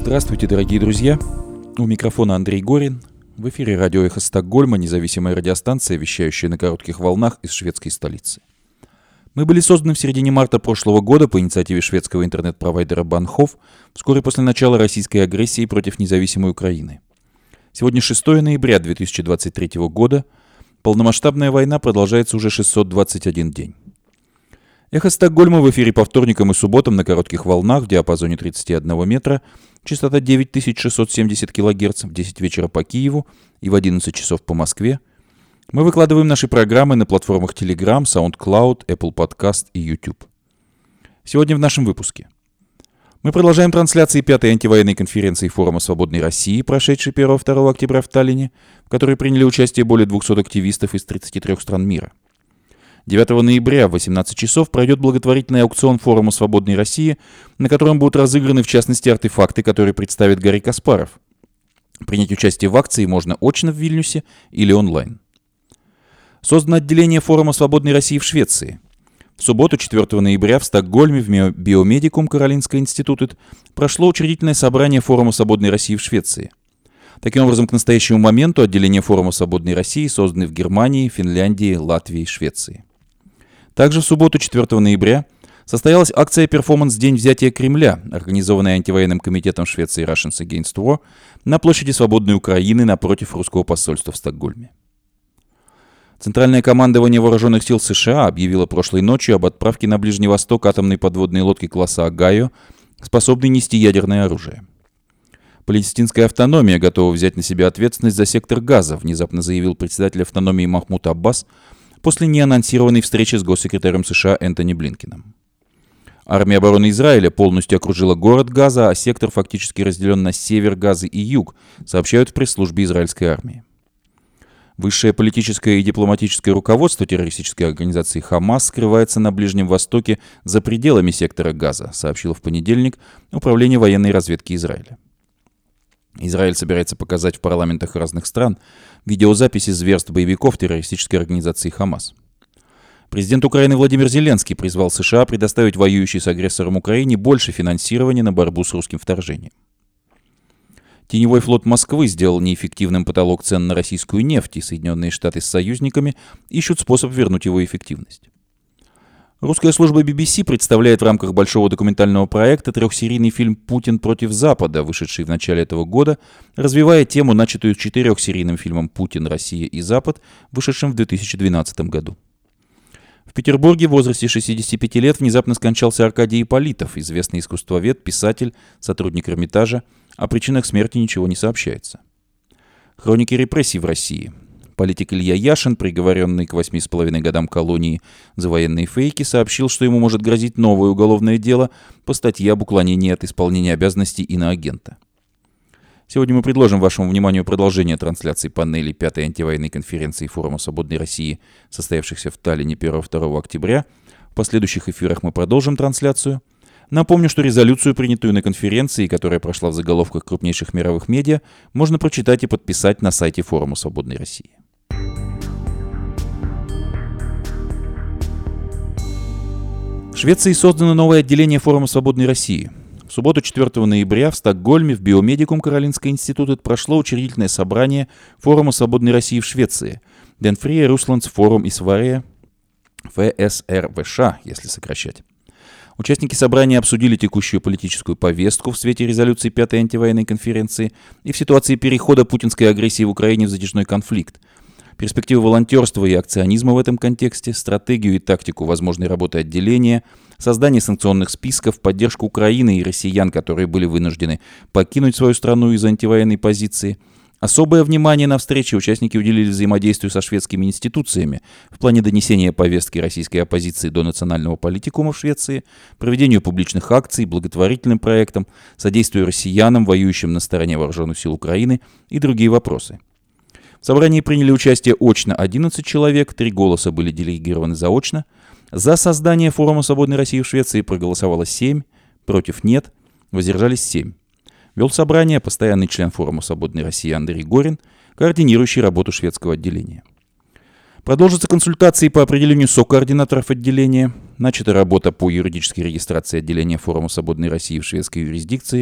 Здравствуйте, дорогие друзья! У микрофона Андрей Горин. В эфире радио «Эхо Стокгольма», независимая радиостанция, вещающая на коротких волнах из шведской столицы. Мы были созданы в середине марта прошлого года по инициативе шведского интернет-провайдера Банхоф, вскоре после начала российской агрессии против независимой Украины. Сегодня 6 ноября 2023 года. Полномасштабная война продолжается уже 621 день. «Эхо Стокгольма» в эфире по вторникам и субботам на коротких волнах в диапазоне 31 метра, частота 9670 кГц в 10 вечера по Киеву и в 11 часов по Москве. Мы выкладываем наши программы на платформах Telegram, SoundCloud, Apple Podcast и YouTube. Сегодня в нашем выпуске. Мы продолжаем трансляции 5-й антивоенной конференции Форума Свободной России, прошедшей 1-2 октября в Таллине, в которой приняли участие более 200 активистов из 33 стран мира. 9 ноября в 18 часов пройдет благотворительный аукцион Форума Свободной России, на котором будут разыграны в частности артефакты, которые представит Гарри Каспаров. Принять участие в акции можно очно в Вильнюсе или онлайн. Создано отделение Форума Свободной России в Швеции. В субботу, 4 ноября, в Стокгольме в Биомедикум Каролинского института прошло учредительное собрание Форума Свободной России в Швеции. Таким образом, к настоящему моменту отделения Форума Свободной России созданы в Германии, Финляндии, Латвии и Швеции. Также в субботу, 4 ноября, состоялась акция «Перформанс. День взятия Кремля», организованная антивоенным комитетом Швеции Russians Against War на площади Свободной Украины напротив русского посольства в Стокгольме. Центральное командование Вооруженных сил США объявило прошлой ночью об отправке на Ближний Восток атомной подводной лодки класса «Огайо», способной нести ядерное оружие. Палестинская автономия готова взять на себя ответственность за сектор Газа, внезапно заявил председатель автономии Махмуд Аббас после неанонсированной встречи с госсекретарем США Энтони Блинкеном. Армия обороны Израиля полностью окружила город Газа, а сектор фактически разделен на север Газы и юг, сообщают в пресс-службе израильской армии. Высшее политическое и дипломатическое руководство террористической организации «Хамас» скрывается на Ближнем Востоке за пределами сектора Газа, сообщило в понедельник Управление военной разведки Израиля. Израиль собирается показать в парламентах разных стран видеозаписи зверств боевиков террористической организации «Хамас». Президент Украины Владимир Зеленский призвал США предоставить воюющей с агрессором Украине больше финансирования на борьбу с русским вторжением. Теневой флот Москвы сделал неэффективным потолок цен на российскую нефть, и Соединенные Штаты с союзниками ищут способ вернуть его эффективность. Русская служба BBC представляет в рамках большого документального проекта трехсерийный фильм «Путин против Запада», вышедший в начале этого года, развивая тему, начатую 4-серийным фильмом «Путин, Россия и Запад», вышедшим в 2012 году. В Петербурге в возрасте 65 лет внезапно скончался Аркадий Ипполитов, известный искусствовед, писатель, сотрудник Эрмитажа. О причинах смерти ничего не сообщается. Хроники репрессий в России. Политик Илья Яшин, приговоренный к 8,5 годам колонии за военные фейки, сообщил, что ему может грозить новое уголовное дело по статье об уклонении от исполнения обязанностей иноагента. Сегодня мы предложим вашему вниманию продолжение трансляции панелей 5-й антивоенной конференции Форума Свободной России, состоявшихся в Таллине 1-2 октября. В последующих эфирах мы продолжим трансляцию. Напомню, что резолюцию, принятую на конференции, которая прошла в заголовках крупнейших мировых медиа, можно прочитать и подписать на сайте Форума Свободной России. В Швеции создано новое отделение Форума Свободной России. В субботу, 4 ноября, в Стокгольме в Биомедикум Каролинского института прошло учредительное собрание Форума Свободной России в Швеции. Den Frie Ruslands Forum i Sverige, ФСРВШ, если сокращать. Участники собрания обсудили текущую политическую повестку в свете резолюции 5-й антивоенной конференции и в ситуации перехода путинской агрессии в Украине в затяжной конфликт, перспективы волонтерства и акционизма в этом контексте, стратегию и тактику возможной работы отделения, создание санкционных списков, поддержку Украины и россиян, которые были вынуждены покинуть свою страну из антивоенной позиции. Особое внимание на встрече участники уделили взаимодействию со шведскими институциями в плане донесения повестки российской оппозиции до национального политикума в Швеции, проведению публичных акций, благотворительным проектам, содействию россиянам, воюющим на стороне вооруженных сил Украины и другие вопросы. В собрании приняли участие очно 11 человек, 3 голоса были делегированы заочно. За создание Форума Свободной России в Швеции проголосовало 7, против нет, воздержались 7. Вел собрание постоянный член Форума Свободной России Андрей Горин, координирующий работу шведского отделения. Продолжатся консультации по определению сокоординаторов отделения. Начата работа по юридической регистрации отделения Форума Свободной России в шведской юрисдикции.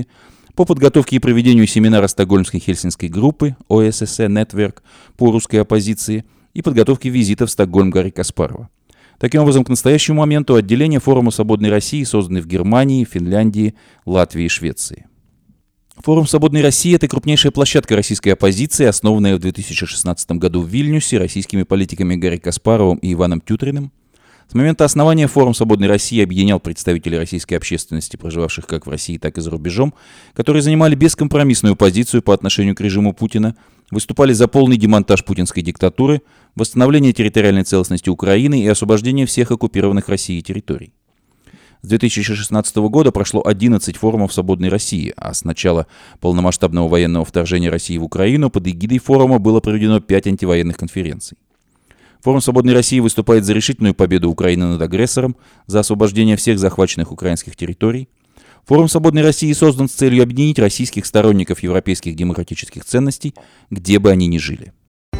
по подготовке и проведению семинара Стокгольмской Хельсинской группы ОССЕ Network по русской оппозиции и подготовке визита в Стокгольм Гарри Каспарова. Таким образом, к настоящему моменту отделения Форума Свободной России созданы в Германии, Финляндии, Латвии и Швеции. Форум Свободной России – это крупнейшая площадка российской оппозиции, основанная в 2016 году в Вильнюсе российскими политиками Гарри Каспаровым и Иваном Тюториным. С момента основания Форум Свободной России объединял представителей российской общественности, проживавших как в России, так и за рубежом, которые занимали бескомпромиссную позицию по отношению к режиму Путина, выступали за полный демонтаж путинской диктатуры, восстановление территориальной целостности Украины и освобождение всех оккупированных Россией территорий. С 2016 года прошло 11 форумов Свободной России, а с начала полномасштабного военного вторжения России в Украину под эгидой форума было проведено 5 антивоенных конференций. Форум Свободной России выступает за решительную победу Украины над агрессором, за освобождение всех захваченных украинских территорий. Форум Свободной России создан с целью объединить российских сторонников европейских демократических ценностей, где бы они ни жили.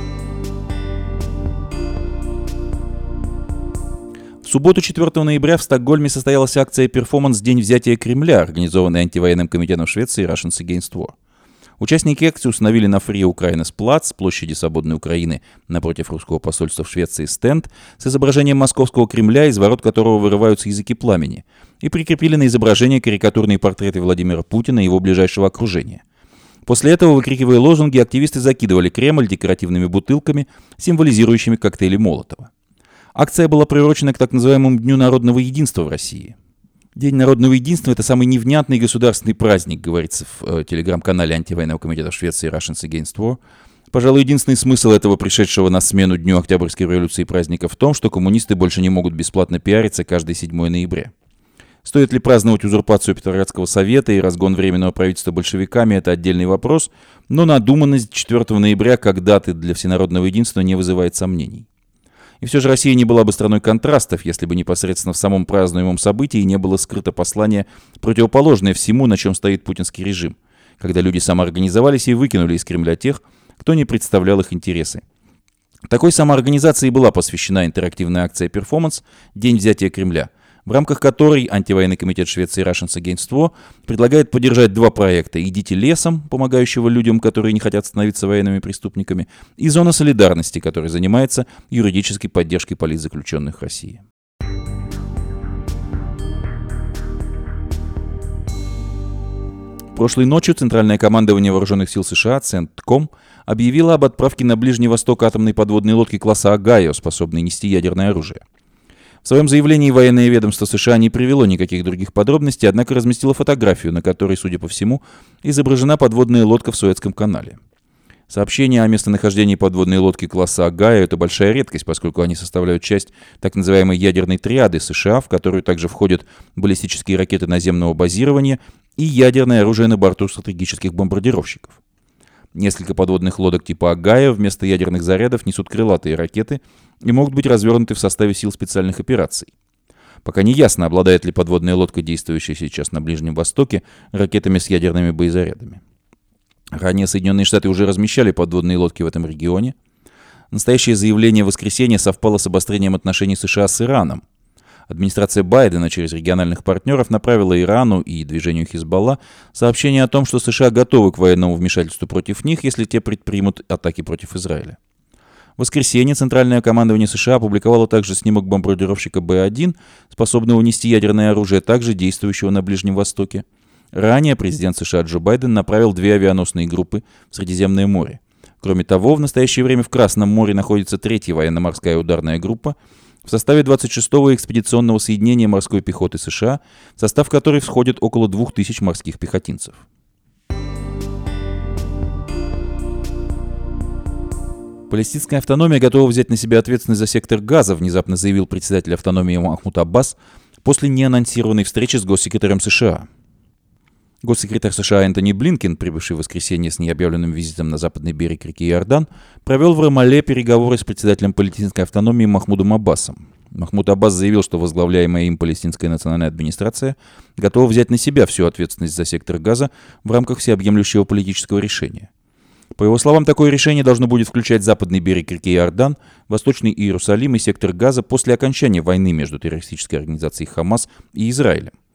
В субботу 4 ноября в Стокгольме состоялась акция «Перформанс. День взятия Кремля», организованная антивоенным комитетом Швеции Russians Against War. Участники акции установили на Фрия Украинес плац, площади Свободной Украины, напротив русского посольства в Швеции, стенд с изображением московского Кремля, из ворот которого вырываются языки пламени, и прикрепили на изображение карикатурные портреты Владимира Путина и его ближайшего окружения. После этого, выкрикивая лозунги, активисты закидывали Кремль декоративными бутылками, символизирующими коктейли Молотова. Акция была приурочена к так называемому Дню народного единства в России. День народного единства – это самый невнятный государственный праздник, говорится в телеграм-канале антивоенного комитета в Швеции Russians Against War. Пожалуй, единственный смысл этого пришедшего на смену Дню Октябрьской революции праздника в том, что коммунисты больше не могут бесплатно пиариться каждый 7 ноября. Стоит ли праздновать узурпацию Петроградского совета и разгон Временного правительства большевиками – это отдельный вопрос, но надуманность 4 ноября как даты для всенародного единства не вызывает сомнений. И все же Россия не была бы страной контрастов, если бы непосредственно в самом празднуемом событии не было скрыто послание, противоположное всему, на чем стоит путинский режим, когда люди самоорганизовались и выкинули из Кремля тех, кто не представлял их интересы. Такой самоорганизации была посвящена интерактивная акция «Перформанс. День взятия Кремля», в рамках которой антивоенный комитет Швеции Russians Against War предлагает поддержать 2 проекта «Идите лесом», помогающего людям, которые не хотят становиться военными преступниками, и «Зона солидарности», которая занимается юридической поддержкой политзаключенных России. Прошлой ночью Центральное командование Вооруженных сил США, CENTCOM, объявило об отправке на Ближний Восток атомной подводной лодки класса «Огайо», способной нести ядерное оружие. В своем заявлении военное ведомство США не привело никаких других подробностей, однако разместило фотографию, на которой, судя по всему, изображена подводная лодка в Суэцком канале. Сообщения о местонахождении подводной лодки класса «Огайо» — это большая редкость, поскольку они составляют часть так называемой ядерной триады США, в которую также входят баллистические ракеты наземного базирования и ядерное оружие на борту стратегических бомбардировщиков. Несколько подводных лодок типа «Огайо» вместо ядерных зарядов несут крылатые ракеты и могут быть развернуты в составе сил специальных операций. Пока не ясно, обладает ли подводная лодка, действующая сейчас на Ближнем Востоке, ракетами с ядерными боезарядами. Ранее Соединенные Штаты уже размещали подводные лодки в этом регионе. Настоящее заявление в воскресенье совпало с обострением отношений США с Ираном. Администрация Байдена через региональных партнеров направила Ирану и движению Хизбалла сообщение о том, что США готовы к военному вмешательству против них, если те предпримут атаки против Израиля. В воскресенье Центральное командование США опубликовало также снимок бомбардировщика Б-1, способного нести ядерное оружие, также действующего на Ближнем Востоке. Ранее президент США Джо Байден направил 2 авианосные группы в Средиземное море. Кроме того, в настоящее время в Красном море находится 3-я военно-морская ударная группа в составе 26-го экспедиционного соединения морской пехоты США, в состав которой входит около 2000 морских пехотинцев. Палестинская автономия готова взять на себя ответственность за сектор Газа, внезапно заявил председатель автономии Махмуд Аббас после неанонсированной встречи с госсекретарем США. Госсекретарь США Энтони Блинкен, прибывший в воскресенье с необъявленным визитом на западный берег реки Иордан, провел в Рамалле переговоры с председателем палестинской автономии Махмудом Аббасом. Махмуд Аббас заявил, что возглавляемая им палестинская национальная администрация готова взять на себя всю ответственность за сектор Газа в рамках всеобъемлющего политического решения. По его словам, такое решение должно будет включать западный берег реки Иордан, восточный Иерусалим и сектор Газа после окончания войны между террористической организацией Хамас и Израилем.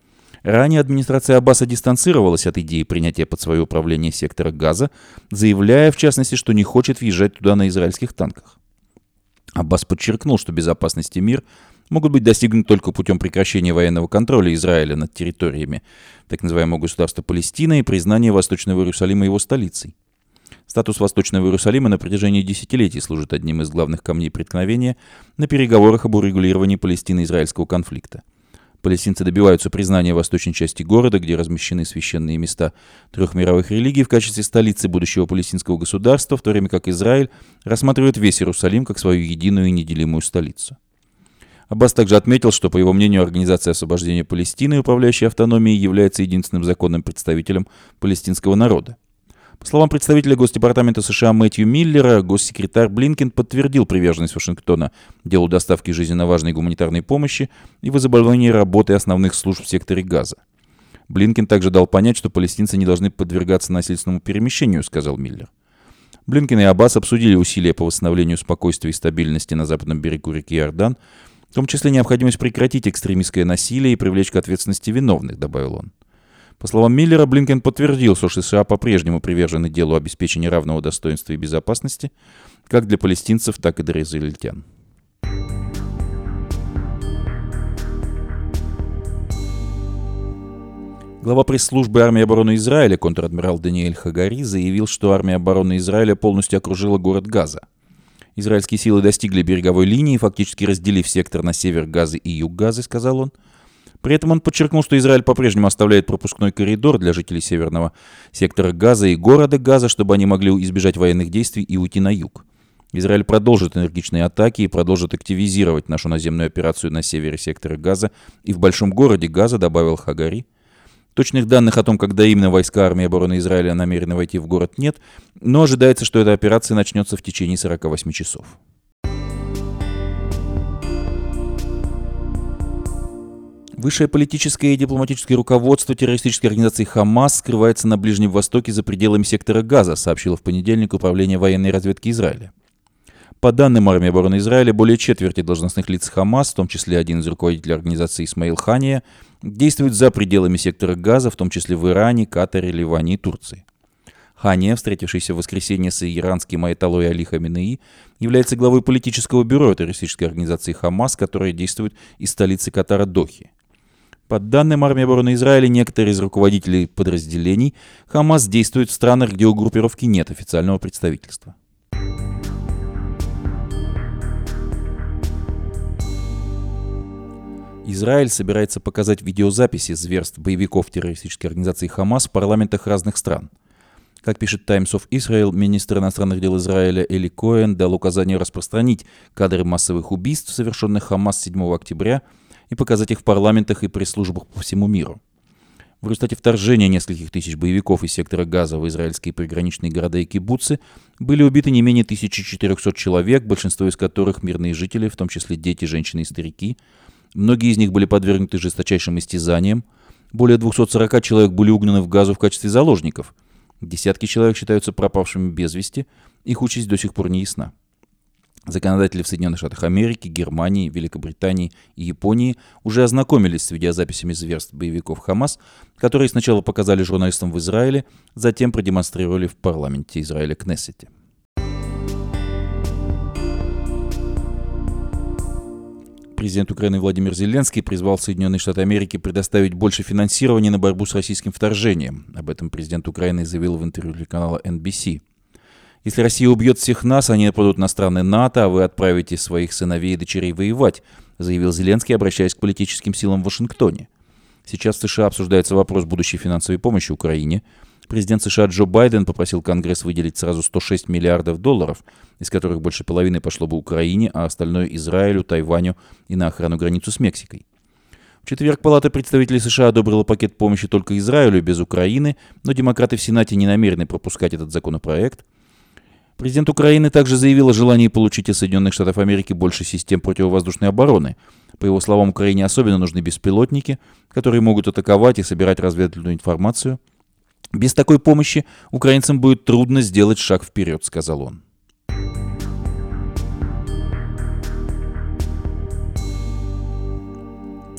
Ранее администрация Аббаса дистанцировалась от идеи принятия под свое управление сектора Газа, заявляя, в частности, что не хочет въезжать туда на израильских танках. Аббас подчеркнул, что безопасность и мир могут быть достигнуты только путем прекращения военного контроля Израиля над территориями так называемого государства Палестина и признания Восточного Иерусалима его столицей. Статус Восточного Иерусалима на протяжении десятилетий служит одним из главных камней преткновения на переговорах об урегулировании палестино-израильского конфликта. Палестинцы добиваются признания восточной части города, где размещены священные места трех мировых религий, в качестве столицы будущего палестинского государства, в то время как Израиль рассматривает весь Иерусалим как свою единую и неделимую столицу. Аббас также отметил, что, по его мнению, Организация освобождения Палестины, управляющая автономией, является единственным законным представителем палестинского народа. По словам представителя Госдепартамента США Мэтью Миллера, госсекретарь Блинкен подтвердил приверженность Вашингтона делу доставки жизненно важной гуманитарной помощи и возобновления работы основных служб в секторе Газа. Блинкен также дал понять, что палестинцы не должны подвергаться насильственному перемещению, сказал Миллер. Блинкен и Аббас обсудили усилия по восстановлению спокойствия и стабильности на западном берегу реки Иордан, в том числе необходимость прекратить экстремистское насилие и привлечь к ответственности виновных, добавил он. По словам Миллера, Блинкен подтвердил, что США по-прежнему привержены делу обеспечения равного достоинства и безопасности как для палестинцев, так и для израильтян. Глава пресс-службы армии обороны Израиля, контр-адмирал Даниэль Хагари, заявил, что армия обороны Израиля полностью окружила город Газа. Израильские силы достигли береговой линии, фактически разделив сектор на север Газы и юг Газы, сказал он. При этом он подчеркнул, что Израиль по-прежнему оставляет пропускной коридор для жителей северного сектора Газа и города Газа, чтобы они могли избежать военных действий и уйти на юг. Израиль продолжит энергичные атаки и продолжит активизировать нашу наземную операцию на севере сектора Газа и в большом городе Газа, добавил Хагари. Точных данных о том, когда именно войска армии обороны Израиля намерены войти в город, нет, но ожидается, что эта операция начнется в течение 48 часов. Высшее политическое и дипломатическое руководство террористической организации «Хамас» скрывается на Ближнем Востоке за пределами сектора Газа, сообщило в понедельник Управление военной разведки Израиля. По данным армии обороны Израиля, более четверти должностных лиц «Хамас», в том числе один из руководителей организации Исмаил Хания, действуют за пределами сектора Газа, в том числе в Иране, Катаре, Ливане и Турции. Хания, встретившийся в воскресенье с иранским аятоллой Али Хаменеи, является главой политического бюро террористической организации «Хамас», которая действует из столицы Катара Дохи. По данным армии обороны Израиля, некоторые из руководителей подразделений «Хамас» действуют в странах, где у группировки нет официального представительства. Израиль собирается показать видеозаписи зверств боевиков террористической организации «Хамас» в парламентах разных стран. Как пишет Times of Israel, министр иностранных дел Израиля Эли Коэн дал указание распространить кадры массовых убийств, совершенных «Хамас» 7 октября, и показать их в парламентах и пресс-службах по всему миру. В результате вторжения нескольких тысяч боевиков из сектора Газа в израильские приграничные города и кибуцы были убиты не менее 1400 человек, большинство из которых мирные жители, в том числе дети, женщины и старики. Многие из них были подвергнуты жесточайшим истязаниям. Более 240 человек были угнаны в Газу в качестве заложников. Десятки человек считаются пропавшими без вести, их участь до сих пор не ясна. Законодатели в Соединенных Штатах Америки, Германии, Великобритании и Японии уже ознакомились с видеозаписями зверств боевиков «Хамас», которые сначала показали журналистам в Израиле, затем продемонстрировали в парламенте Израиля Кнессете. Президент Украины Владимир Зеленский призвал Соединенные Штаты Америки предоставить больше финансирования на борьбу с российским вторжением. Об этом президент Украины заявил в интервью для канала NBC. «Если Россия убьет всех нас, они нападут на страны НАТО, а вы отправите своих сыновей и дочерей воевать», заявил Зеленский, обращаясь к политическим силам в Вашингтоне. Сейчас в США обсуждается вопрос будущей финансовой помощи Украине. Президент США Джо Байден попросил Конгресс выделить сразу $106 миллиардов, из которых больше половины пошло бы Украине, а остальное Израилю, Тайваню и на охрану границу с Мексикой. В четверг Палата представителей США одобрила пакет помощи только Израилю без Украины, но демократы в Сенате не намерены пропускать этот законопроект. Президент Украины также заявил о желании получить из Соединенных Штатов Америки больше систем противовоздушной обороны. По его словам, Украине особенно нужны беспилотники, которые могут атаковать и собирать разведывательную информацию. «Без такой помощи украинцам будет трудно сделать шаг вперед», — сказал он.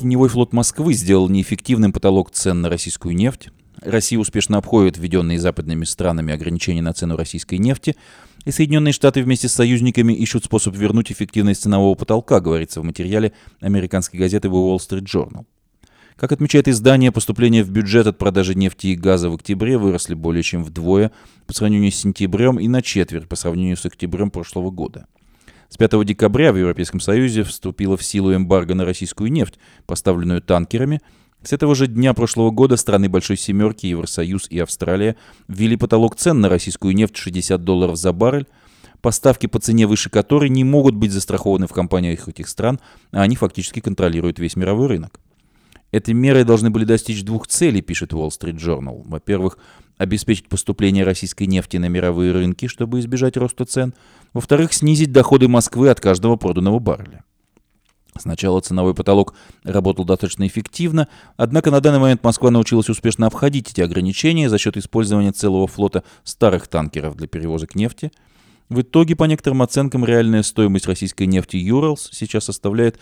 Теневой флот Москвы сделал неэффективным потолок цен на российскую нефть. Россия успешно обходит введенные западными странами ограничения на цену российской нефти, и Соединенные Штаты вместе с союзниками ищут способ вернуть эффективность ценового потолка, говорится в материале американской газеты The Wall Street Journal. Как отмечает издание, поступления в бюджет от продажи нефти и газа в октябре выросли более чем вдвое по сравнению с сентябрем и на четверть по сравнению с октябрем прошлого года. С 5 декабря в Европейском Союзе вступила в силу эмбарго на российскую нефть, поставленную танкерами. С этого же дня прошлого года страны Большой Семерки, Евросоюз и Австралия ввели потолок цен на российскую нефть $60 за баррель, поставки по цене выше которой не могут быть застрахованы в компаниях этих стран, а они фактически контролируют весь мировой рынок. Эти меры должны были достичь двух целей, пишет Wall Street Journal. Во-первых, обеспечить поступление российской нефти на мировые рынки, чтобы избежать роста цен. Во-вторых, снизить доходы Москвы от каждого проданного барреля. Сначала ценовой потолок работал достаточно эффективно, однако на данный момент Москва научилась успешно обходить эти ограничения за счет использования целого флота старых танкеров для перевозок нефти. В итоге, по некоторым оценкам, реальная стоимость российской нефти Urals сейчас составляет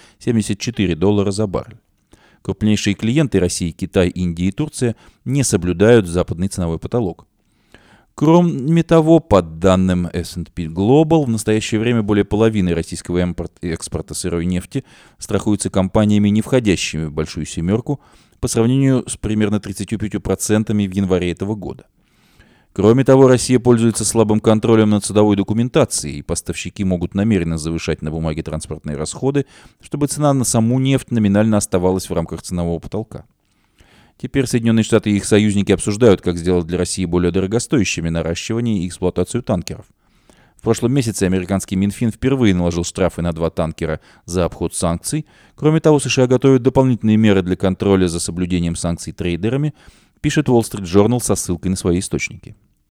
$74 за баррель. Крупнейшие клиенты России, Китай, Индия и Турция не соблюдают западный ценовой потолок. Кроме того, по данным S&P Global, в настоящее время более половины российского экспорта сырой нефти страхуются компаниями, не входящими в Большую Семерку, по сравнению с примерно 35% в январе этого года. Кроме того, Россия пользуется слабым контролем над судовой документацией, и поставщики могут намеренно завышать на бумаге транспортные расходы, чтобы цена на саму нефть номинально оставалась в рамках ценового потолка. Теперь Соединенные Штаты и их союзники обсуждают, как сделать для России более дорогостоящими наращивание и эксплуатацию танкеров. В прошлом месяце американский Минфин впервые наложил штрафы на 2 танкера за обход санкций. Кроме того, США готовят дополнительные меры для контроля за соблюдением санкций трейдерами, пишет Wall Street Journal со ссылкой на свои источники.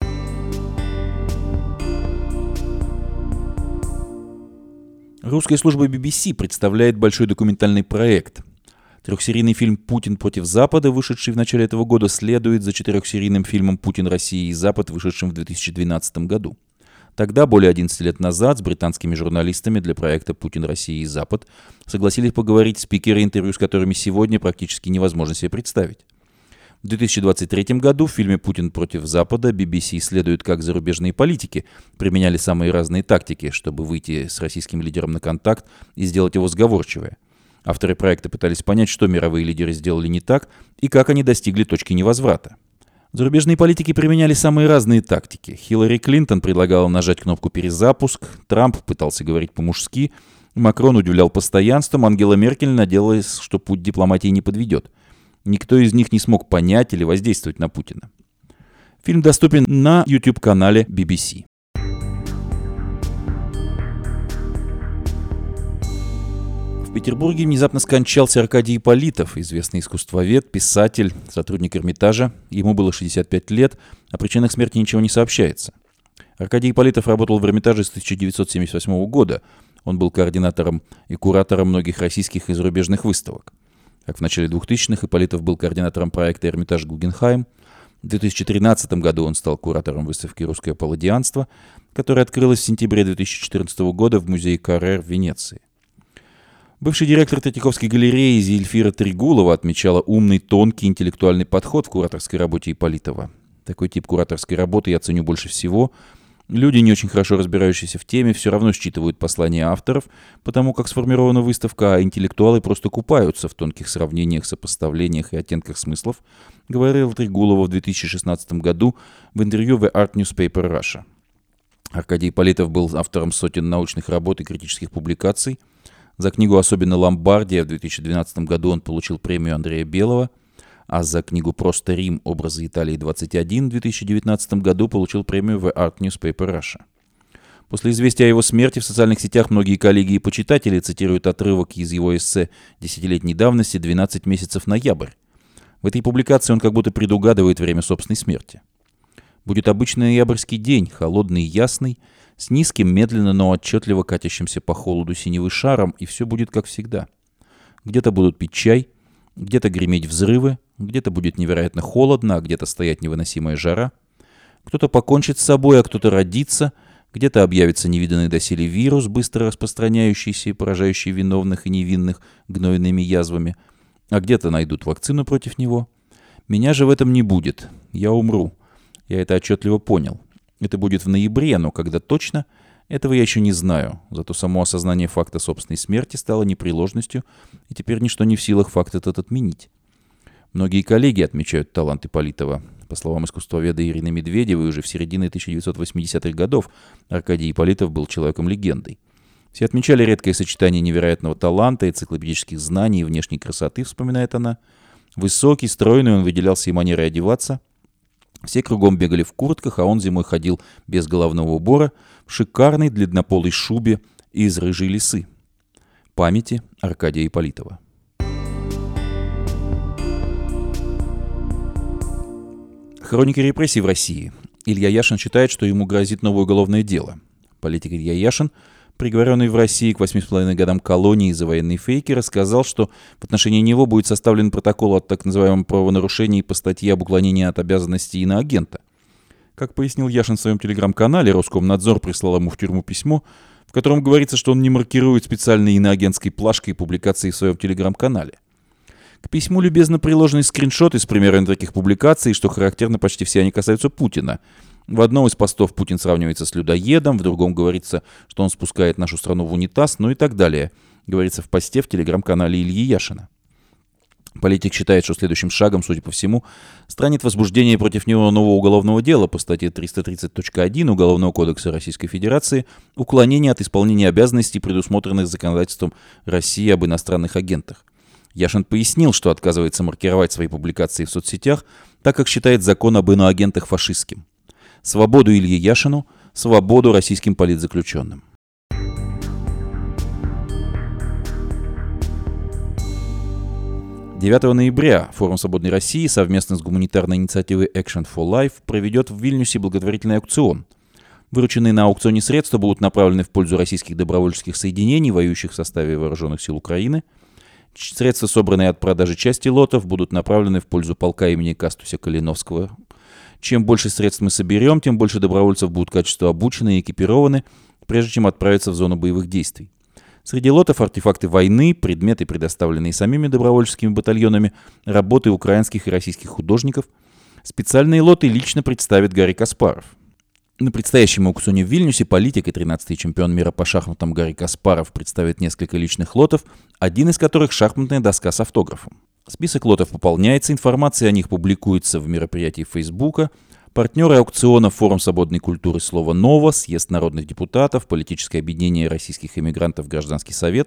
Русская служба BBC представляет большой документальный проект. Трехсерийный фильм «Путин против Запада», вышедший в начале этого года, следует за 4-серийным фильмом «Путин, Россия и Запад», вышедшим в 2012 году. Тогда, более 11 лет назад, с британскими журналистами для проекта «Путин, Россия и Запад» согласились поговорить спикеры, интервью с которыми сегодня практически невозможно себе представить. В 2023 году в фильме «Путин против Запада» BBC исследует, как зарубежные политики применяли самые разные тактики, чтобы выйти с российским лидером на контакт и сделать его сговорчивее. Авторы проекта пытались понять, что мировые лидеры сделали не так и как они достигли точки невозврата. Зарубежные политики применяли самые разные тактики. Хиллари Клинтон предлагала нажать кнопку «Перезапуск», Трамп пытался говорить по-мужски, Макрон удивлял постоянством, Ангела Меркель надеялась, что путь дипломатии не подведет. Никто из них не смог понять или воздействовать на Путина. Фильм доступен на YouTube-канале BBC. В Петербурге внезапно скончался Аркадий Ипполитов, известный искусствовед, писатель, сотрудник Эрмитажа. Ему было 65 лет, о причинах смерти ничего не сообщается. Аркадий Ипполитов работал в Эрмитаже с 1978 года. Он был координатором и куратором многих российских и зарубежных выставок. Как в начале 2000-х Ипполитов был координатором проекта «Эрмитаж Гугенхайм». В 2013 году он стал куратором выставки «Русское палладианство», которая открылась в сентябре 2014 года в музее Каррер в Венеции. Бывший директор Третьяковской галереи Зельфира Трегулова отмечала умный, тонкий, интеллектуальный подход в кураторской работе Ипполитова. Такой тип кураторской работы я ценю больше всего. Люди, не очень хорошо разбирающиеся в теме, все равно считывают послания авторов, потому как сформирована выставка, а интеллектуалы просто купаются в тонких сравнениях, сопоставлениях и оттенках смыслов, говорил Трегулова в 2016 году в интервью The Art Newspaper Russia. Аркадий Ипполитов был автором сотен научных работ и критических публикаций. За книгу «Особенно Ломбардия» в 2012 году он получил премию Андрея Белого, а за книгу «Просто Рим. Образы Италии-21» в 2019 году получил премию The Art Newspaper Russia. После известия о его смерти в социальных сетях многие коллеги и почитатели цитируют отрывок из его эссе «Десятилетней давности. 12 месяцев ноябрь». В этой публикации он как будто предугадывает время собственной смерти. Будет обычный ноябрьский день, холодный и ясный, с низким, медленно, но отчетливо катящимся по холоду синевы шаром, и все будет как всегда. Где-то будут пить чай, где-то греметь взрывы, где-то будет невероятно холодно, а где-то стоять невыносимая жара. Кто-то покончит с собой, а кто-то родится, где-то объявится невиданный доселе вирус, быстро распространяющийся и поражающий виновных и невинных гнойными язвами. а где-то найдут вакцину против него. Меня же в этом не будет. Я умру. Я это отчетливо понял. Это будет в ноябре, но когда точно, этого я еще не знаю. Зато само осознание факта собственной смерти стало непреложностью, и теперь ничто не в силах факт этот отменить. Многие коллеги отмечают талант Ипполитова. По словам искусствоведа Ирины Медведевой, уже в середине 1980-х годов Аркадий Ипполитов был человеком-легендой. Все отмечали редкое сочетание невероятного таланта, энциклопедических знаний и внешней красоты, вспоминает она. Высокий, стройный, он выделялся и манерой одеваться. Все кругом бегали в куртках, а он зимой ходил без головного убора, в шикарной длиннополой шубе из рыжей лисы. Памяти Аркадия Ипполитова. Хроника репрессий в России. Илья Яшин считает, что ему грозит новое уголовное дело. Политик Илья Яшин, приговоренный в России к 8,5 годам колонии за военные фейки, рассказал, что в отношении него будет составлен протокол о так называемом правонарушении по статье об уклонении от обязанностей иноагента. Как пояснил Яшин в своем телеграм-канале, Роскомнадзор прислал ему в тюрьму письмо, в котором говорится, что он не маркирует специальной иноагентской плашкой публикации в своем телеграм-канале. К письму любезно приложены скриншоты с примерами таких публикаций, что характерно, почти все они касаются Путина. В одном из постов Путин сравнивается с людоедом, в другом говорится, что он спускает нашу страну в унитаз, ну и так далее. Говорится в посте в телеграм-канале Ильи Яшина. Политик считает, что следующим шагом, судя по всему, станет возбуждение против него нового уголовного дела по статье 330.1 Уголовного кодекса Российской Федерации «Уклонение от исполнения обязанностей, предусмотренных законодательством России об иностранных агентах». Яшин пояснил, что отказывается маркировать свои публикации в соцсетях, так как считает закон об иноагентах фашистским. Свободу Илье Яшину, свободу российским политзаключенным. «9 ноября Форум Свободной России совместно с гуманитарной инициативой Action for Life проведет в Вильнюсе благотворительный аукцион. Вырученные на аукционе средства будут направлены в пользу российских добровольческих соединений, воюющих в составе вооруженных сил Украины. Средства, собранные от продажи части лотов, будут направлены в пользу полка имени Кастуся Калиновского. Чем больше средств мы соберем, тем больше добровольцев будут качественно обучены и экипированы, прежде чем отправиться в зону боевых действий. Среди лотов артефакты войны, предметы, предоставленные самими добровольческими батальонами, работы украинских и российских художников. Специальные лоты лично представит Гарри Каспаров. На предстоящем аукционе в Вильнюсе политик и 13-й чемпион мира по шахматам Гарри Каспаров представит несколько личных лотов, один из которых шахматная доска с автографом. Список лотов пополняется, информация о них публикуется в мероприятии Фейсбука. Партнеры аукциона — Форум свободной культуры «Слово Ново», Съезд народных депутатов, Политическое объединение российских эмигрантов «Гражданский совет».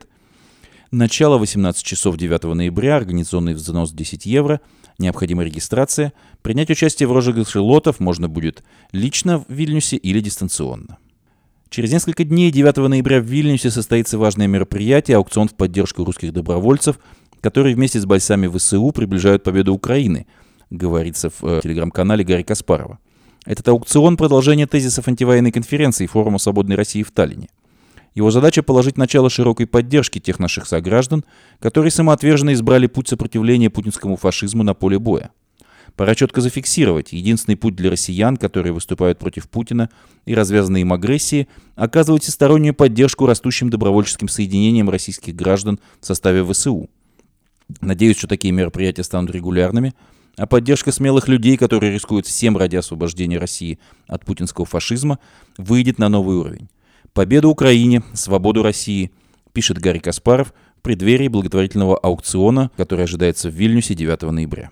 Начало 18 часов 9 ноября, организационный взнос 10 евро, необходима регистрация. Принять участие в розыгрыше лотов можно будет лично в Вильнюсе или дистанционно. Через несколько дней, 9 ноября, в Вильнюсе состоится важное мероприятие — аукцион в поддержку русских добровольцев, которые вместе с бойцами ВСУ приближают победу Украины, говорится в телеграм-канале Гарри Каспарова. Этот аукцион — продолжение тезисов антивоенной конференции Форума Свободной России в Таллине. Его задача — положить начало широкой поддержке тех наших сограждан, которые самоотверженно избрали путь сопротивления путинскому фашизму на поле боя. Пора четко зафиксировать: единственный путь для россиян, которые выступают против Путина и развязанной им агрессии, оказывать всестороннюю поддержку растущим добровольческим соединениям российских граждан в составе ВСУ. Надеюсь, что такие мероприятия станут регулярными, а поддержка смелых людей, которые рискуют всем ради освобождения России от путинского фашизма, выйдет на новый уровень. Победу Украине, свободу России, пишет Гарри Каспаров в преддверии благотворительного аукциона, который ожидается в Вильнюсе 9 ноября.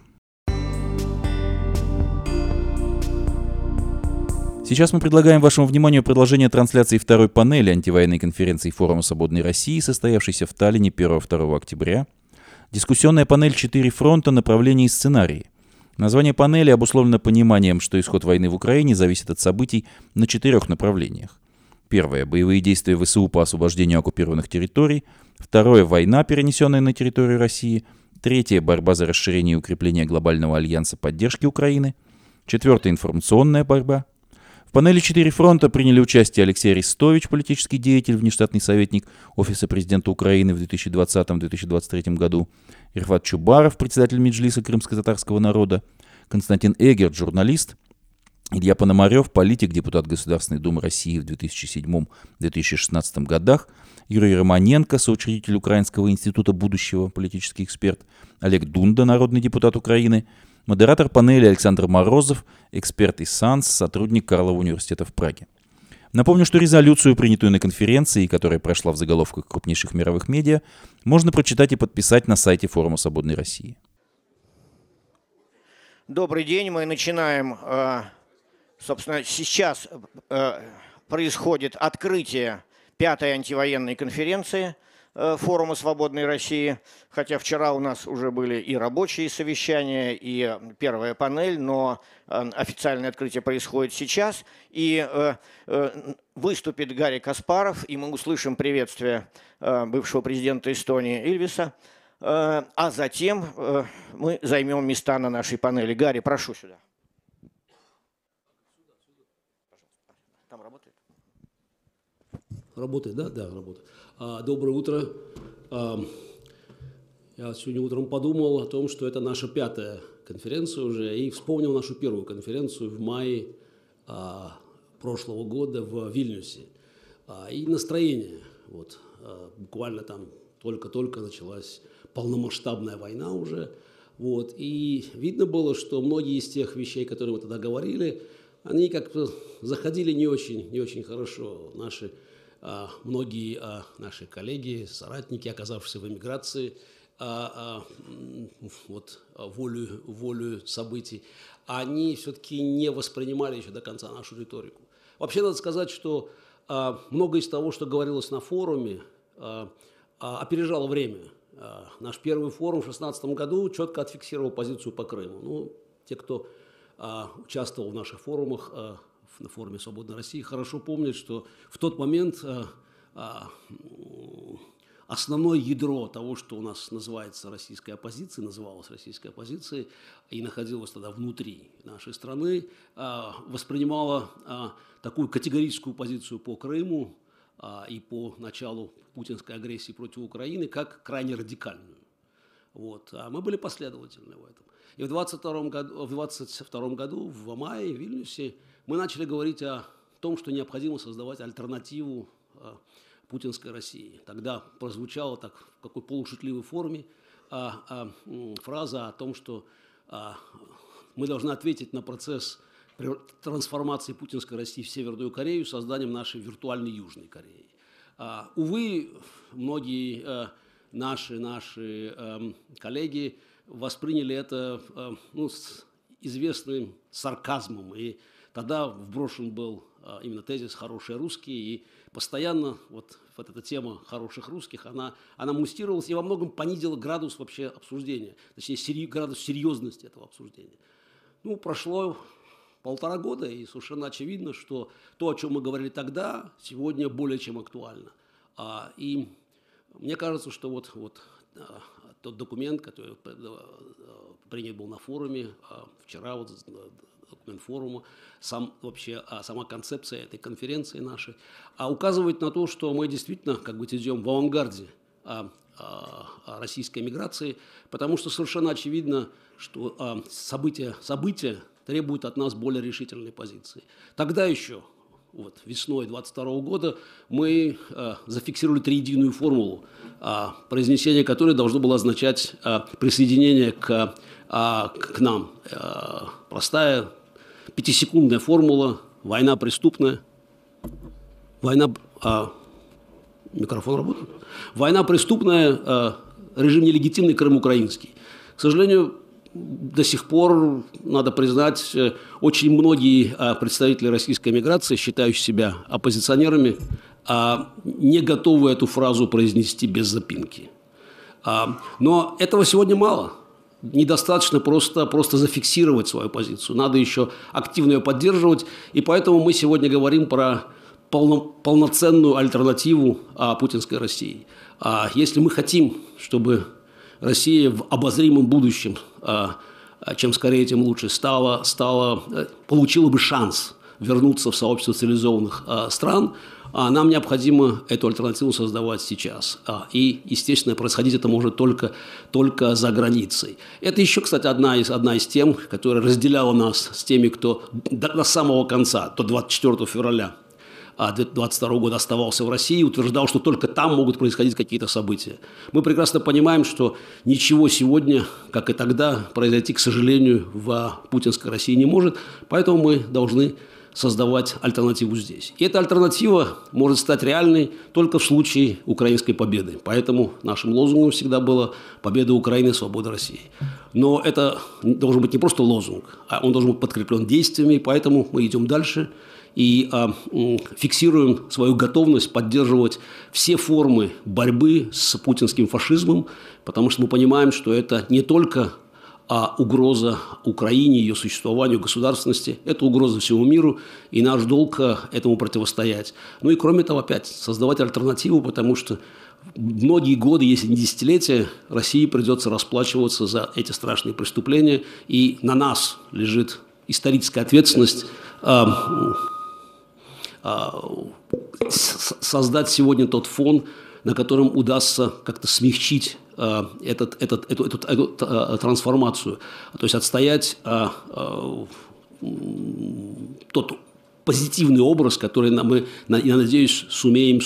Сейчас мы предлагаем вашему вниманию продолжение трансляции второй панели антивоенной конференции Форума Свободной России, состоявшейся в Таллине 1-2 октября. Дискуссионная панель «4 фронта. Направления и сценарии». Название панели обусловлено пониманием, что исход войны в Украине зависит от событий на 4 направлениях. Первое — боевые действия ВСУ по освобождению оккупированных территорий. Второе — война, перенесенная на территорию России. Третье — борьба за расширение и укрепление глобального альянса поддержки Украины. Четвертое — информационная борьба. В панели «4 фронта» приняли участие Алексей Арестович, политический деятель, внештатный советник Офиса президента Украины в 2020-2023 году, Ирфат Чубаров, председатель Меджлиса крымско-татарского народа, Константин Эгерт, журналист, Илья Пономарев, политик, депутат Государственной Думы России в 2007-2016 годах, Юрий Романенко, соучредитель Украинского института будущего, политический эксперт, Олег Дунда, народный депутат Украины, модератор панели Александр Морозов, эксперт из САНС, сотрудник Карлова университета в Праге. Напомню, что резолюцию, принятую на конференции, которая прошла в заголовках крупнейших мировых медиа, можно прочитать и подписать на сайте Форума Свободной России. Добрый день, мы начинаем. Собственно, сейчас происходит открытие 5-й антивоенной конференции Форума Свободной России, хотя вчера у нас уже были и рабочие совещания, и первая панель, но официальное открытие происходит сейчас, и выступит Гарри Каспаров, и мы услышим приветствие бывшего президента Эстонии Ильвиса, а затем мы займем места на нашей панели. Гарри, прошу сюда. Там работает? Работает, да? Да, работает. Доброе утро. Я сегодня утром подумал о том, что это наша 5-я конференция уже, и вспомнил нашу первую конференцию в мае прошлого года в Вильнюсе. И настроение. Вот, буквально там только-только началась полномасштабная война уже. Вот, и видно было, что многие из тех вещей, которые мы тогда говорили, они как-то заходили не очень хорошо. Многие наши коллеги, соратники, оказавшиеся в эмиграции, волю событий, они все-таки не воспринимали еще до конца нашу риторику. Вообще надо сказать, что многое из того, что говорилось на форуме, опережало время. Наш первый форум в 2016 году четко отфиксировал позицию по Крыму. Ну, те, кто участвовал в наших форумах, на форуме «Свободной России», хорошо помнят, что в тот момент основное ядро того, что у нас называется российской оппозицией, называлось российской оппозицией и находилось тогда внутри нашей страны, воспринимало такую категорическую позицию по Крыму и по началу путинской агрессии против Украины как крайне радикальную. Вот. А мы были последовательны в этом. И в 2022 году в мае в Вильнюсе мы начали говорить о том, что необходимо создавать альтернативу путинской России. Тогда прозвучала так в какой полушутливой форме фраза о том, что мы должны ответить на процесс трансформации путинской России в Северную Корею созданием нашей виртуальной Южной Кореи. Увы, многие наши коллеги восприняли это с известным сарказмом, и тогда вброшен был именно тезис «хорошие русские», и постоянно вот эта тема хороших русских, она муссировалась и во многом понизила градус вообще обсуждения, точнее градус серьезности этого обсуждения. Ну, прошло 1,5 года, и совершенно очевидно, что то, о чем мы говорили тогда, сегодня более чем актуально. И мне кажется, что вот тот документ, который принят был на форуме вчера, документ форума, сама концепция этой конференции нашей, указывает на то, что мы действительно идем в авангарде российской миграции, потому что совершенно очевидно, что события требуют от нас более решительной позиции. Тогда еще, весной 2022 года, мы зафиксировали триединую формулу, произнесение которой должно было означать присоединение к нам. Простая 5-секундная формула: война преступная, микрофон работает? Война преступная, режим нелегитимный, Крым украинский. К сожалению, до сих пор, надо признать, очень многие представители российской эмиграции, считающие себя оппозиционерами, не готовы эту фразу произнести без запинки. Но этого сегодня мало. Недостаточно просто зафиксировать свою позицию. Надо еще активно ее поддерживать. И поэтому мы сегодня говорим про полноценную альтернативу путинской России. Если мы хотим, чтобы Россия в обозримом будущем, чем скорее, тем лучше, получила бы шанс вернуться в сообщество цивилизованных стран, нам необходимо эту альтернативу создавать сейчас. И, естественно, происходить это может только за границей. Это еще, кстати, одна из тем, которая разделяла нас с теми, кто до самого конца, до 24 февраля 2022 года оставался в России, утверждал, что только там могут происходить какие-то события. Мы прекрасно понимаем, что ничего сегодня, как и тогда, произойти, к сожалению, в путинской России не может, поэтому мы должны создавать альтернативу здесь. И эта альтернатива может стать реальной только в случае украинской победы. Поэтому нашим лозунгом всегда было «Победа Украины, свобода России». Но это должен быть не просто лозунг, а он должен быть подкреплен действиями, поэтому мы идем дальше и фиксируем свою готовность поддерживать все формы борьбы с путинским фашизмом, потому что мы понимаем, что это не только угроза Украине, ее существованию, государственности, это угроза всему миру, и наш долг этому противостоять. Ну и кроме того, опять, создавать альтернативу, потому что многие годы, если не десятилетия, России придется расплачиваться за эти страшные преступления, и на нас лежит историческая ответственность создать сегодня тот фон, на котором удастся как-то смягчить эту трансформацию, то есть отстоять тот позитивный образ, который мы, я надеюсь, сумеем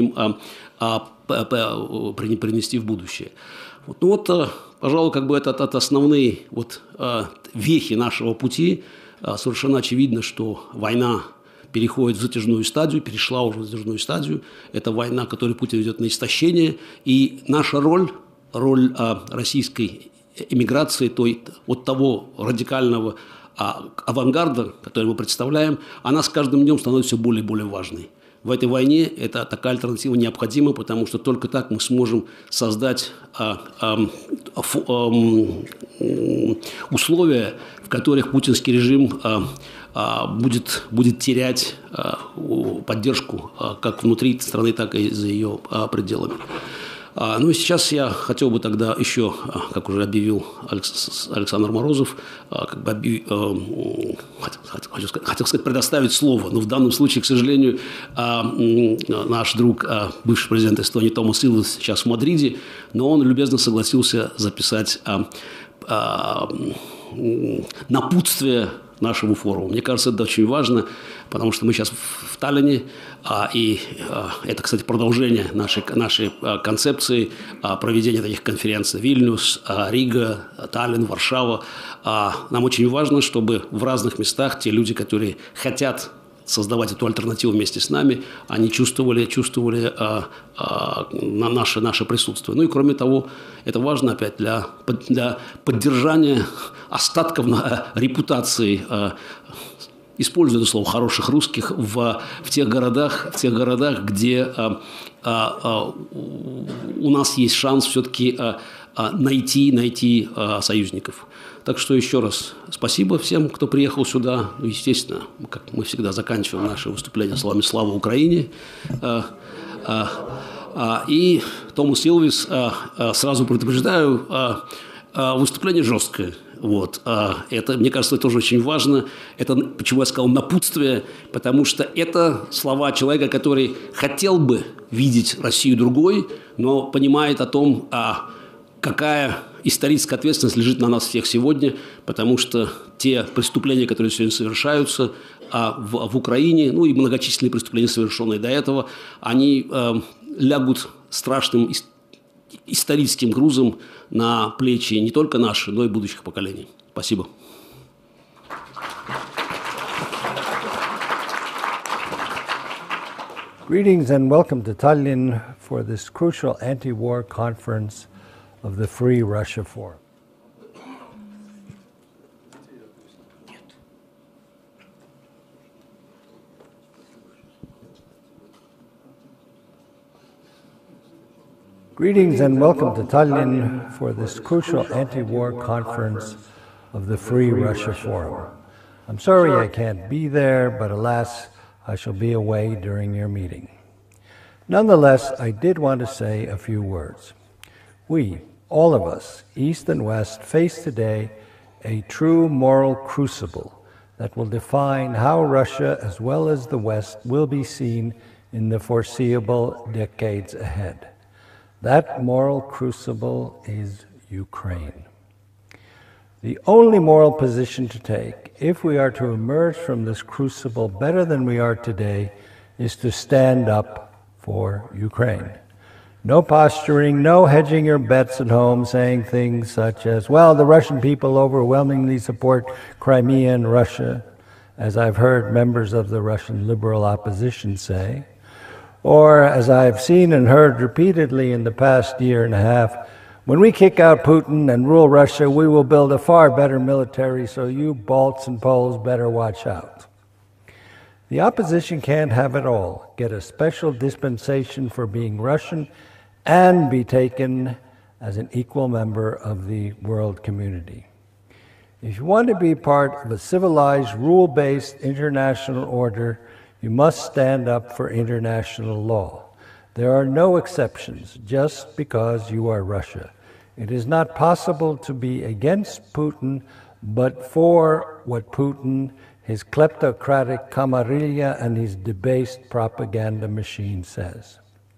принести в будущее. Пожалуй, это основные вехи нашего пути. Совершенно очевидно, что война переходит в затяжную стадию, перешла уже в затяжную стадию. Это война, которую Путин ведет на истощение. И наша роль российской эмиграции, того радикального авангарда, который мы представляем, она с каждым днем становится все более и более важной. В этой войне такая альтернатива необходима, потому что только так мы сможем создать условия, в которых путинский режим будет терять поддержку как внутри страны, так и за ее пределами. Ну и сейчас я хотел бы тогда еще, как уже объявил Александр Морозов, хотел сказать, предоставить слово. Но в данном случае, к сожалению, наш друг, бывший президент Эстонии Томас Иллес сейчас в Мадриде, но он любезно согласился записать напутствие нашему форуму. Мне кажется, это очень важно, потому что мы сейчас в Таллине, и это, кстати, продолжение нашей концепции проведения таких конференций. Вильнюс, Рига, Таллин, Варшава. Нам очень важно, чтобы в разных местах те люди, которые хотят создавать эту альтернативу вместе с нами, они чувствовали наше присутствие. Ну и кроме того, это важно опять для поддержания остатков репутации, используя это слово, хороших русских в тех городах, где у нас есть шанс все-таки найти союзников. Так что еще раз спасибо всем, кто приехал сюда. Естественно, как мы всегда заканчиваем наше выступление словами «Слава Украине». И Томас Иллес, сразу предупреждаю, выступление жесткое. Это, мне кажется, это тоже очень важно. Это, почему я сказал напутствие, потому что это слова человека, который хотел бы видеть Россию другой, но понимает о том, какая историческая ответственность лежит на нас всех сегодня, потому что те преступления, которые сегодня совершаются в Украине, ну и многочисленные преступления, совершенные до этого, они лягут страшным историческим грузом на плечи не только наши, но и будущих поколений. Спасибо. Greetings and welcome to Tallinn for this crucial anti-war conference of the Free Russia Forum. Greetings and welcome to Tallinn for this crucial anti-war conference of the Free Russia Forum. I'm sorry I can't be there, but alas, I shall be away during your meeting. Nonetheless, I did want to say a few words. We, all of us, East and West, face today a true moral crucible that will define how Russia, as well as the West, will be seen in the foreseeable decades ahead. That moral crucible is Ukraine. The only moral position to take, if we are to emerge from this crucible better than we are today, is to stand up for Ukraine. No posturing, no hedging your bets at home, saying things such as, well, the Russian people overwhelmingly support Crimea and Russia, as I've heard members of the Russian liberal opposition say, or as I've seen and heard repeatedly in the past year and a half, when we kick out Putin and rule Russia, we will build a far better military, so you Balts and Poles better watch out. The opposition can't have it all, get a special dispensation for being Russian and be taken as an equal member of the world community. If you want to be part of a civilized, rule-based international order, you must stand up for international law. There are no exceptions just because you are Russia. It is not possible to be against Putin, but for what Putin, his kleptocratic camarilla, and his debased propaganda machine says.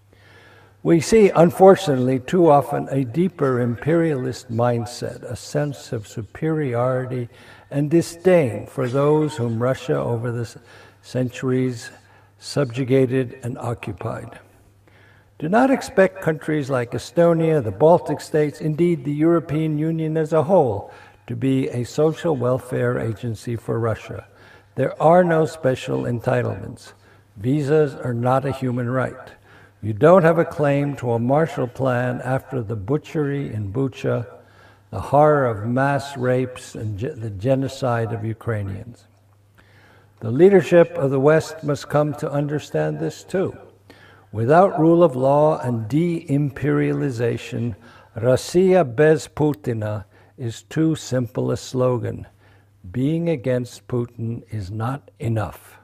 We see, unfortunately, too often a deeper imperialist mindset, a sense of superiority and disdain for those whom Russia over the centuries subjugated and occupied. Do not expect countries like Estonia, the Baltic states, indeed the European Union as a whole, to be a social welfare agency for Russia. There are no special entitlements. Visas are not a human right. You don't have a claim to a Marshall Plan after the butchery in Bucha, the horror of mass rapes, and the genocide of Ukrainians. The leadership of the West must come to understand this too. Without rule of law and de-imperialization, Россия без Putina is too simple a slogan. Being against Putin is not enough.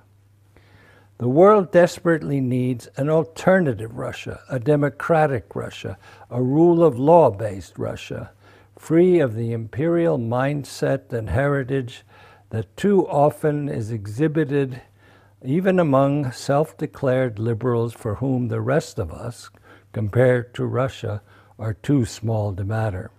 The world desperately needs an alternative Russia, a democratic Russia, a rule of law-based Russia, free of the imperial mindset and heritage that too often is exhibited even among self-declared liberals for whom the rest of us, compared to Russia, are too small to matter.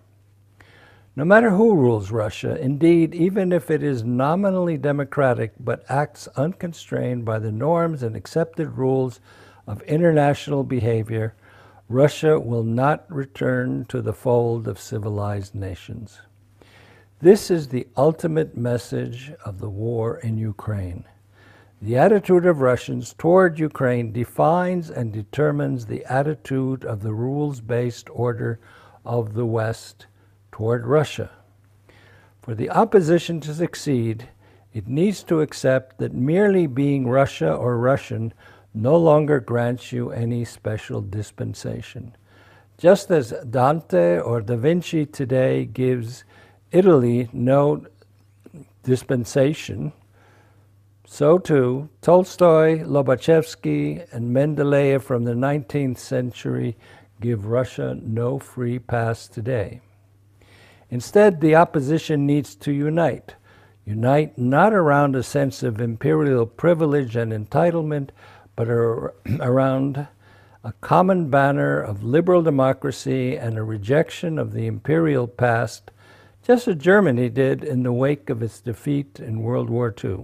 No matter who rules Russia, indeed, even if it is nominally democratic but acts unconstrained by the norms and accepted rules of international behavior, Russia will not return to the fold of civilized nations. This is the ultimate message of the war in Ukraine. The attitude of Russians toward Ukraine defines and determines the attitude of the rules-based order of the West toward Russia. For the opposition to succeed, it needs to accept that merely being Russia or Russian no longer grants you any special dispensation. Just as Dante or Da Vinci today gives Italy no dispensation, so too Tolstoy, Lobachevsky, and Mendeleev from the 19th century give Russia no free pass today. Instead, the opposition needs to unite. Unite not around a sense of imperial privilege and entitlement, but around a common banner of liberal democracy and a rejection of the imperial past, just as Germany did in the wake of its defeat in World War II.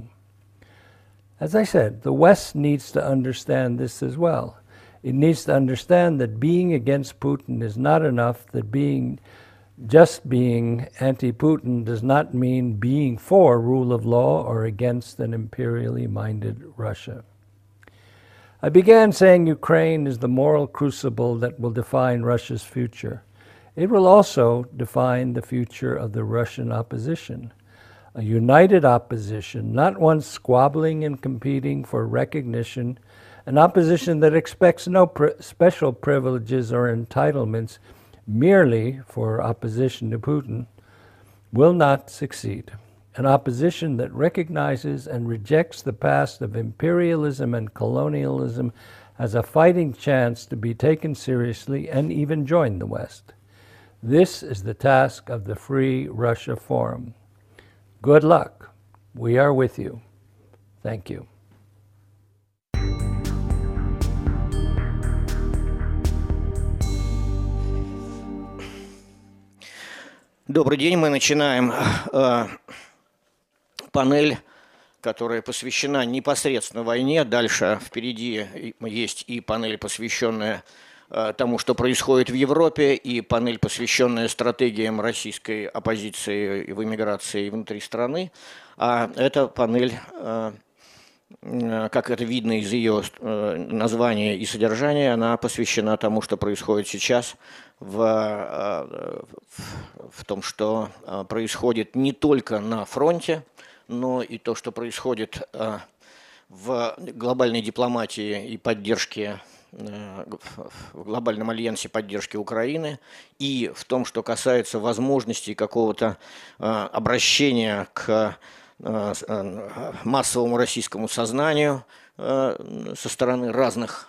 As I said, the West needs to understand this as well. It needs to understand that being against Putin is not enough, that just being anti-Putin does not mean being for rule of law or against an imperially minded Russia. I began saying Ukraine is the moral crucible that will define Russia's future. It will also define the future of the Russian opposition. A united opposition, not one squabbling and competing for recognition, an opposition that expects no special privileges or entitlements merely for opposition to Putin, will not succeed. An opposition that recognizes and rejects the past of imperialism and colonialism has a fighting chance to be taken seriously and even join the West. This is the task of the Free Russia Forum. Good luck. We are with you. Thank you. Добрый день. Мы начинаем панель, которая посвящена непосредственно войне. Дальше впереди есть и панель, посвященная тому, что происходит в Европе, и панель, посвященная стратегиям российской оппозиции в эмиграции внутри страны. А эта панель, как это видно из ее названия и содержания, она посвящена тому, что происходит сейчас, в том, что происходит не только на фронте, но и то, что происходит в глобальной дипломатии и поддержке, в глобальном альянсе поддержки Украины, и в том, что касается возможности какого-то обращения к массовому российскому сознанию со стороны разных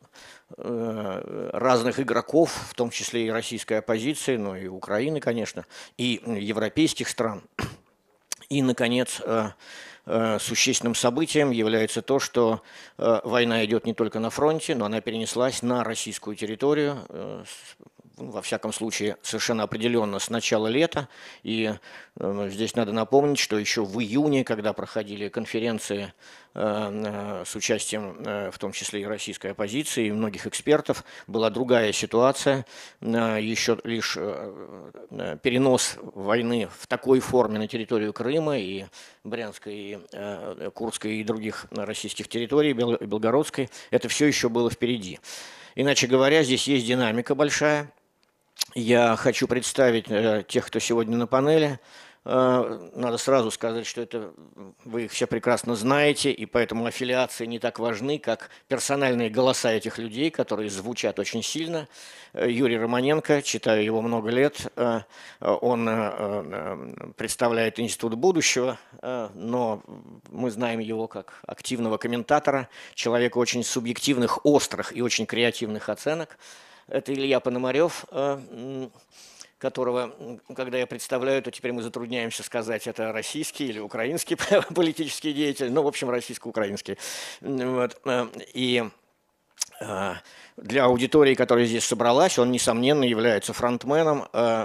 игроков, в том числе и российской оппозиции, но и Украины, конечно, и европейских стран. И, наконец, существенным событием является то, что война идет не только на фронте, но она перенеслась на российскую территорию, во всяком случае, совершенно определенно с начала лета. И здесь надо напомнить, что еще в июне, когда проходили конференции с участием в том числе и российской оппозиции, и многих экспертов, была другая ситуация. Еще лишь перенос войны в такой форме на территорию Крыма и Брянской, и Курской, и других российских территорий, Белгородской, это все еще было впереди. Иначе говоря, здесь есть динамика большая. Я хочу представить тех, кто сегодня на панели. Надо сразу сказать, что это вы их все прекрасно знаете, и поэтому аффилиации не так важны, как персональные голоса этих людей, которые звучат очень сильно. Юрий Романенко, читаю его много лет, он представляет Институт будущего, но мы знаем его как активного комментатора, человека очень субъективных, острых и очень креативных оценок. Это Илья Пономарев, которого, когда я представляю, то теперь мы затрудняемся сказать, это российский или украинский политический деятель, ну, в общем, российско-украинский. Вот. И для аудитории, которая здесь собралась, он, несомненно, является фронтменом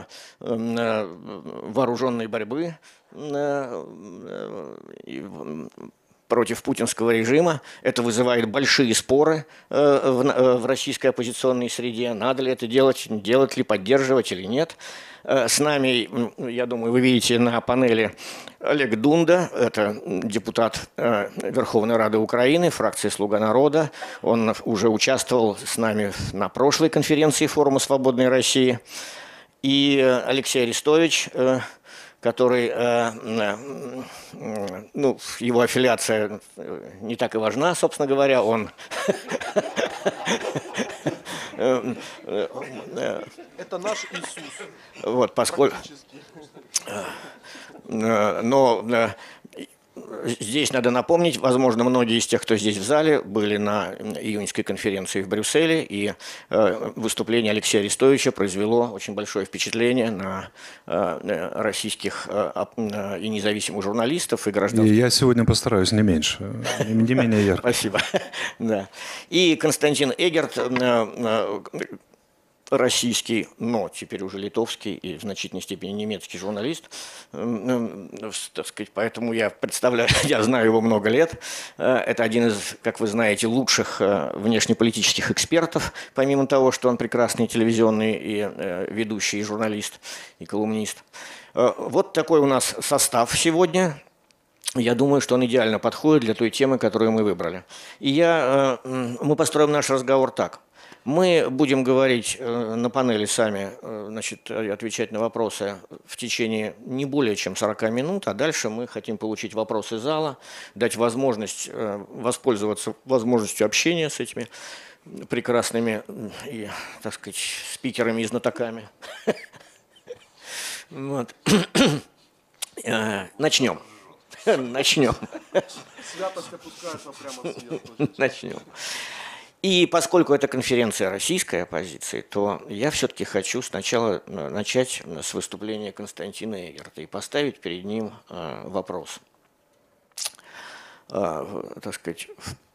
вооруженной борьбы против путинского режима. Это вызывает большие споры в российской оппозиционной среде. Надо ли это делать ли, поддерживать или нет. С нами, я думаю, вы видите на панели Олег Дунда, это депутат Верховной Рады Украины, фракции «Слуга народа». Он уже участвовал с нами на прошлой конференции форума «Свободной России». И Алексей Арестович, который, ну, его аффилиация не так и важна, собственно говоря, он... Это наш Иисус. Вот, поскольку... Но здесь надо напомнить, возможно, многие из тех, кто здесь в зале, были на июньской конференции в Брюсселе, и выступление Алексея Арестовича произвело очень большое впечатление на российских и независимых журналистов и граждан. И я сегодня постараюсь не меньше, не менее ярко. Спасибо. Да. И Константин Эгерт, российский, но теперь уже литовский и в значительной степени немецкий журналист, так сказать, поэтому я представляю, я знаю его много лет. Это один из, как вы знаете, лучших внешнеполитических экспертов, помимо того, что он прекрасный телевизионный и ведущий, и журналист, и колумнист. Вот такой у нас состав сегодня. Я думаю, что он идеально подходит для той темы, которую мы выбрали. И мы построим наш разговор так. Мы будем говорить на панели сами, значит, отвечать на вопросы в течение не более чем 40 минут, а дальше мы хотим получить вопросы зала, дать возможность воспользоваться возможностью общения с этими прекрасными и, так сказать, спикерами и знатоками. Начнем. Начнем. Святость опускается прямо сверху. Начнем. И поскольку это конференция российской оппозиции, то я все-таки хочу сначала начать с выступления Константина Эгерта и поставить перед ним вопрос. так сказать,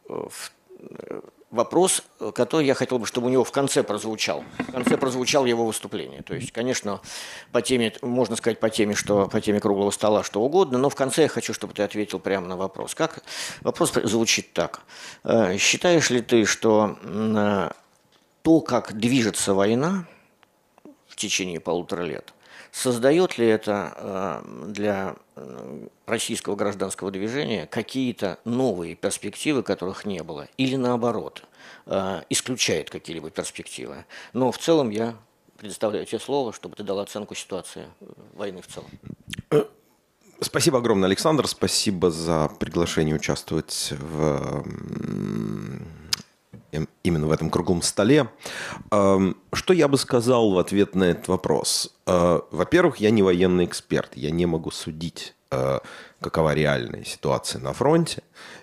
вопрос, который я хотел бы, чтобы у него в конце прозвучал. В конце прозвучало его выступление. То есть, конечно, по теме, можно сказать по теме круглого стола что угодно, но в конце я хочу, чтобы ты ответил прямо на вопрос. Вопрос звучит так. Считаешь ли ты, что то, как движется война в течение 1,5 лет, создает ли это для российского гражданского движения какие-то новые перспективы, которых не было? Или наоборот, исключает какие-либо перспективы? Но в целом я предоставляю тебе слово, чтобы ты дал оценку ситуации войны в целом. Спасибо огромное, Александр. Спасибо за приглашение участвовать именно в этом круглом столе. Что я бы сказал в ответ на этот вопрос? Во-первых, я не военный эксперт. Я не могу судить, какова реальная ситуация на фронте.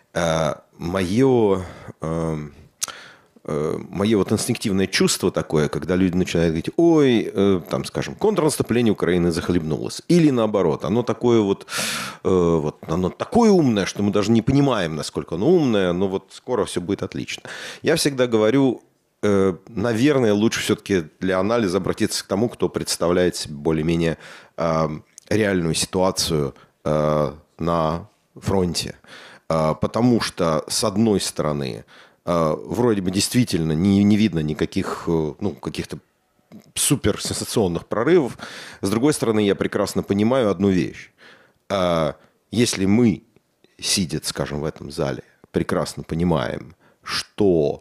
Мое вот инстинктивное чувство такое, когда люди начинают говорить: ой, там, скажем, контрнаступление Украины захлебнулось. Или наоборот, оно такое оно такое умное, что мы даже не понимаем, насколько оно умное, но вот скоро все будет отлично. Я всегда говорю, наверное, лучше все-таки для анализа обратиться к тому, кто представляет себе более-менее реальную ситуацию на фронте. Потому что, с одной стороны, вроде бы действительно не видно никаких каких-то суперсенсационных прорывов. С другой стороны, я прекрасно понимаю одну вещь. Если мы, сидя, скажем, в этом зале, прекрасно понимаем, что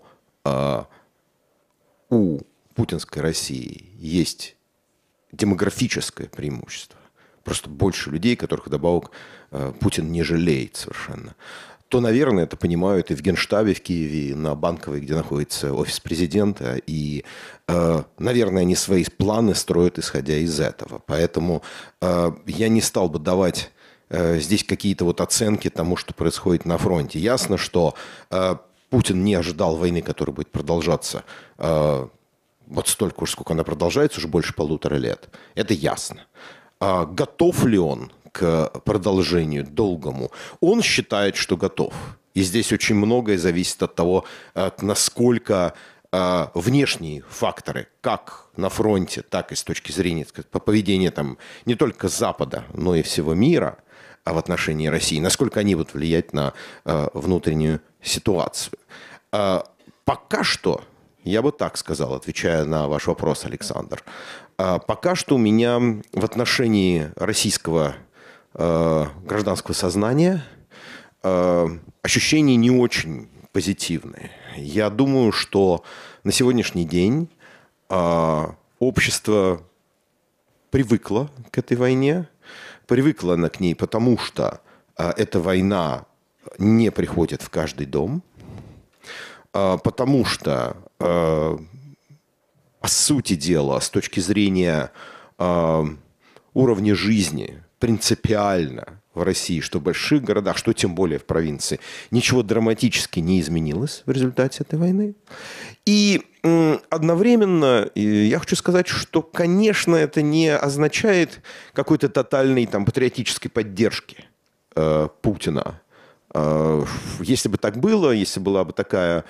у путинской России есть демографическое преимущество, просто больше людей, которых вдобавок Путин не жалеет совершенно, то, наверное, это понимают и в Генштабе в Киеве, и на Банковой, где находится офис президента. И, наверное, они свои планы строят, исходя из этого. Поэтому я не стал бы давать здесь какие-то вот оценки тому, что происходит на фронте. Ясно, что Путин не ожидал войны, которая будет продолжаться вот столько уж, сколько она продолжается, уже больше 1,5 лет. Это ясно. Готов ли он к продолжению долгому? Он считает, что готов. И здесь очень многое зависит от того, насколько внешние факторы, как на фронте, так и с точки зрения поведения там, не только Запада, но и всего мира в отношении России, насколько они будут влиять на внутреннюю ситуацию. Пока что, я бы так сказал, отвечая на ваш вопрос, Александр, пока что у меня в отношении российского гражданского сознания ощущения не очень позитивные. Я думаю, что на сегодняшний день общество привыкло к этой войне. Привыкло она к ней, потому что эта война не приходит в каждый дом, потому что, по сути дела, с точки зрения уровня жизни, принципиально в России, что в больших городах, что тем более в провинции, ничего драматически не изменилось в результате этой войны. И одновременно я хочу сказать, что, конечно, это не означает какой-то тотальной там, патриотической поддержки Путина. Если бы так было, если была бы такая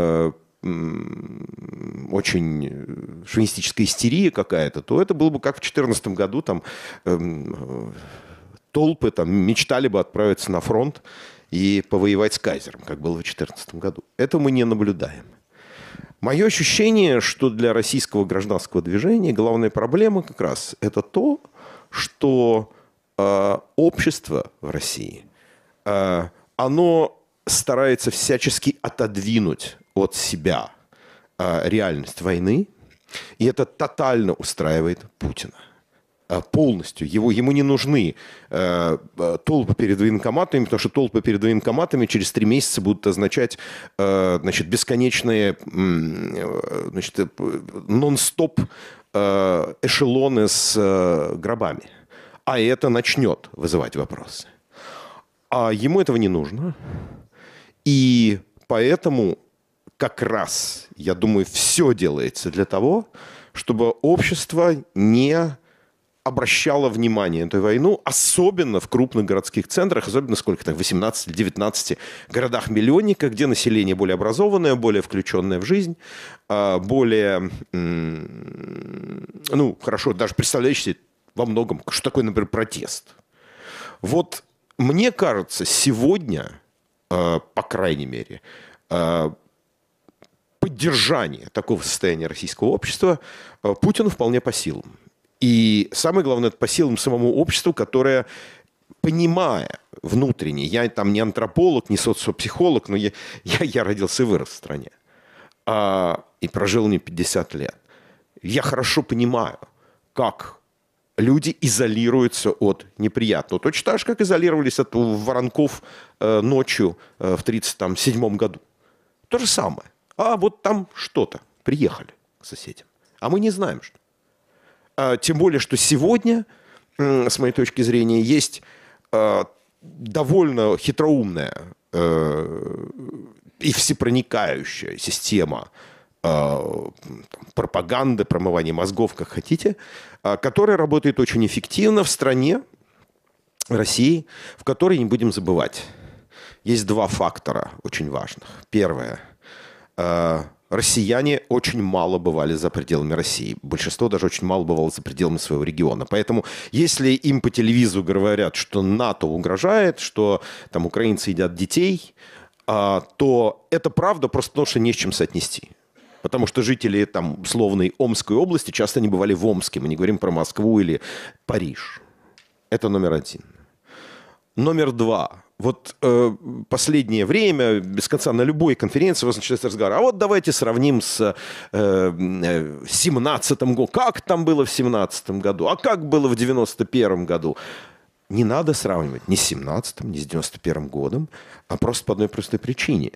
очень шовинистическая истерия какая-то, то это было бы как в 2014 году, там толпы там мечтали бы отправиться на фронт и повоевать с кайзером, как было в 2014 году. Этого мы не наблюдаем. Мое ощущение, что для российского гражданского движения главная проблема как раз это то, что общество в России, оно старается всячески отодвинуть от себя реальность войны, и это тотально устраивает Путина. Полностью. Ему не нужны толпы перед военкоматами, потому что толпы перед военкоматами через 3 месяца будут означать бесконечные нон-стоп эшелоны с гробами. А это начнет вызывать вопросы. А ему этого не нужно. И поэтому как раз, я думаю, все делается для того, чтобы общество не обращало внимание на эту войну, особенно в крупных городских центрах, особенно сколько там, 18-19 городах-миллионниках, где население более образованное, более включенное в жизнь, более, ну, хорошо, даже представляющее во многом, что такое, например, протест. Вот мне кажется, сегодня, по крайней мере, поддержание такого состояния российского общества Путину вполне по силам. И самое главное, это по силам самому обществу, которое, понимая внутренне, я там не антрополог, не социопсихолог, но я родился и вырос в стране. И прожил не 50 лет. Я хорошо понимаю, как люди изолируются от неприятного. Точно так же, как изолировались от воронков ночью в 1937 году. То же самое. Вот там что-то. Приехали к соседям. А мы не знаем, что. Тем более, что сегодня, с моей точки зрения, есть довольно хитроумная и всепроникающая система пропаганды, промывания мозгов, как хотите, которая работает очень эффективно в стране, России, в которой, не будем забывать, есть два фактора очень важных. Первое. Россияне очень мало бывали за пределами России. Большинство даже очень мало бывало за пределами своего региона. Поэтому, если им по телевизору говорят, что НАТО угрожает, что там украинцы едят детей, то это правда просто потому, что не с чем соотнести. Потому что жители там условной Омской области часто не бывали в Омске. Мы не говорим про Москву или Париж. Это номер один. Номер два. Вот последнее время, без конца, на любой конференции у вас начинается разговор. А вот давайте сравним с 17-м годом. Как там было в 17-м году? А как было в 91-м году? Не надо сравнивать ни с 17-м, ни с 91-м годом, а просто по одной простой причине.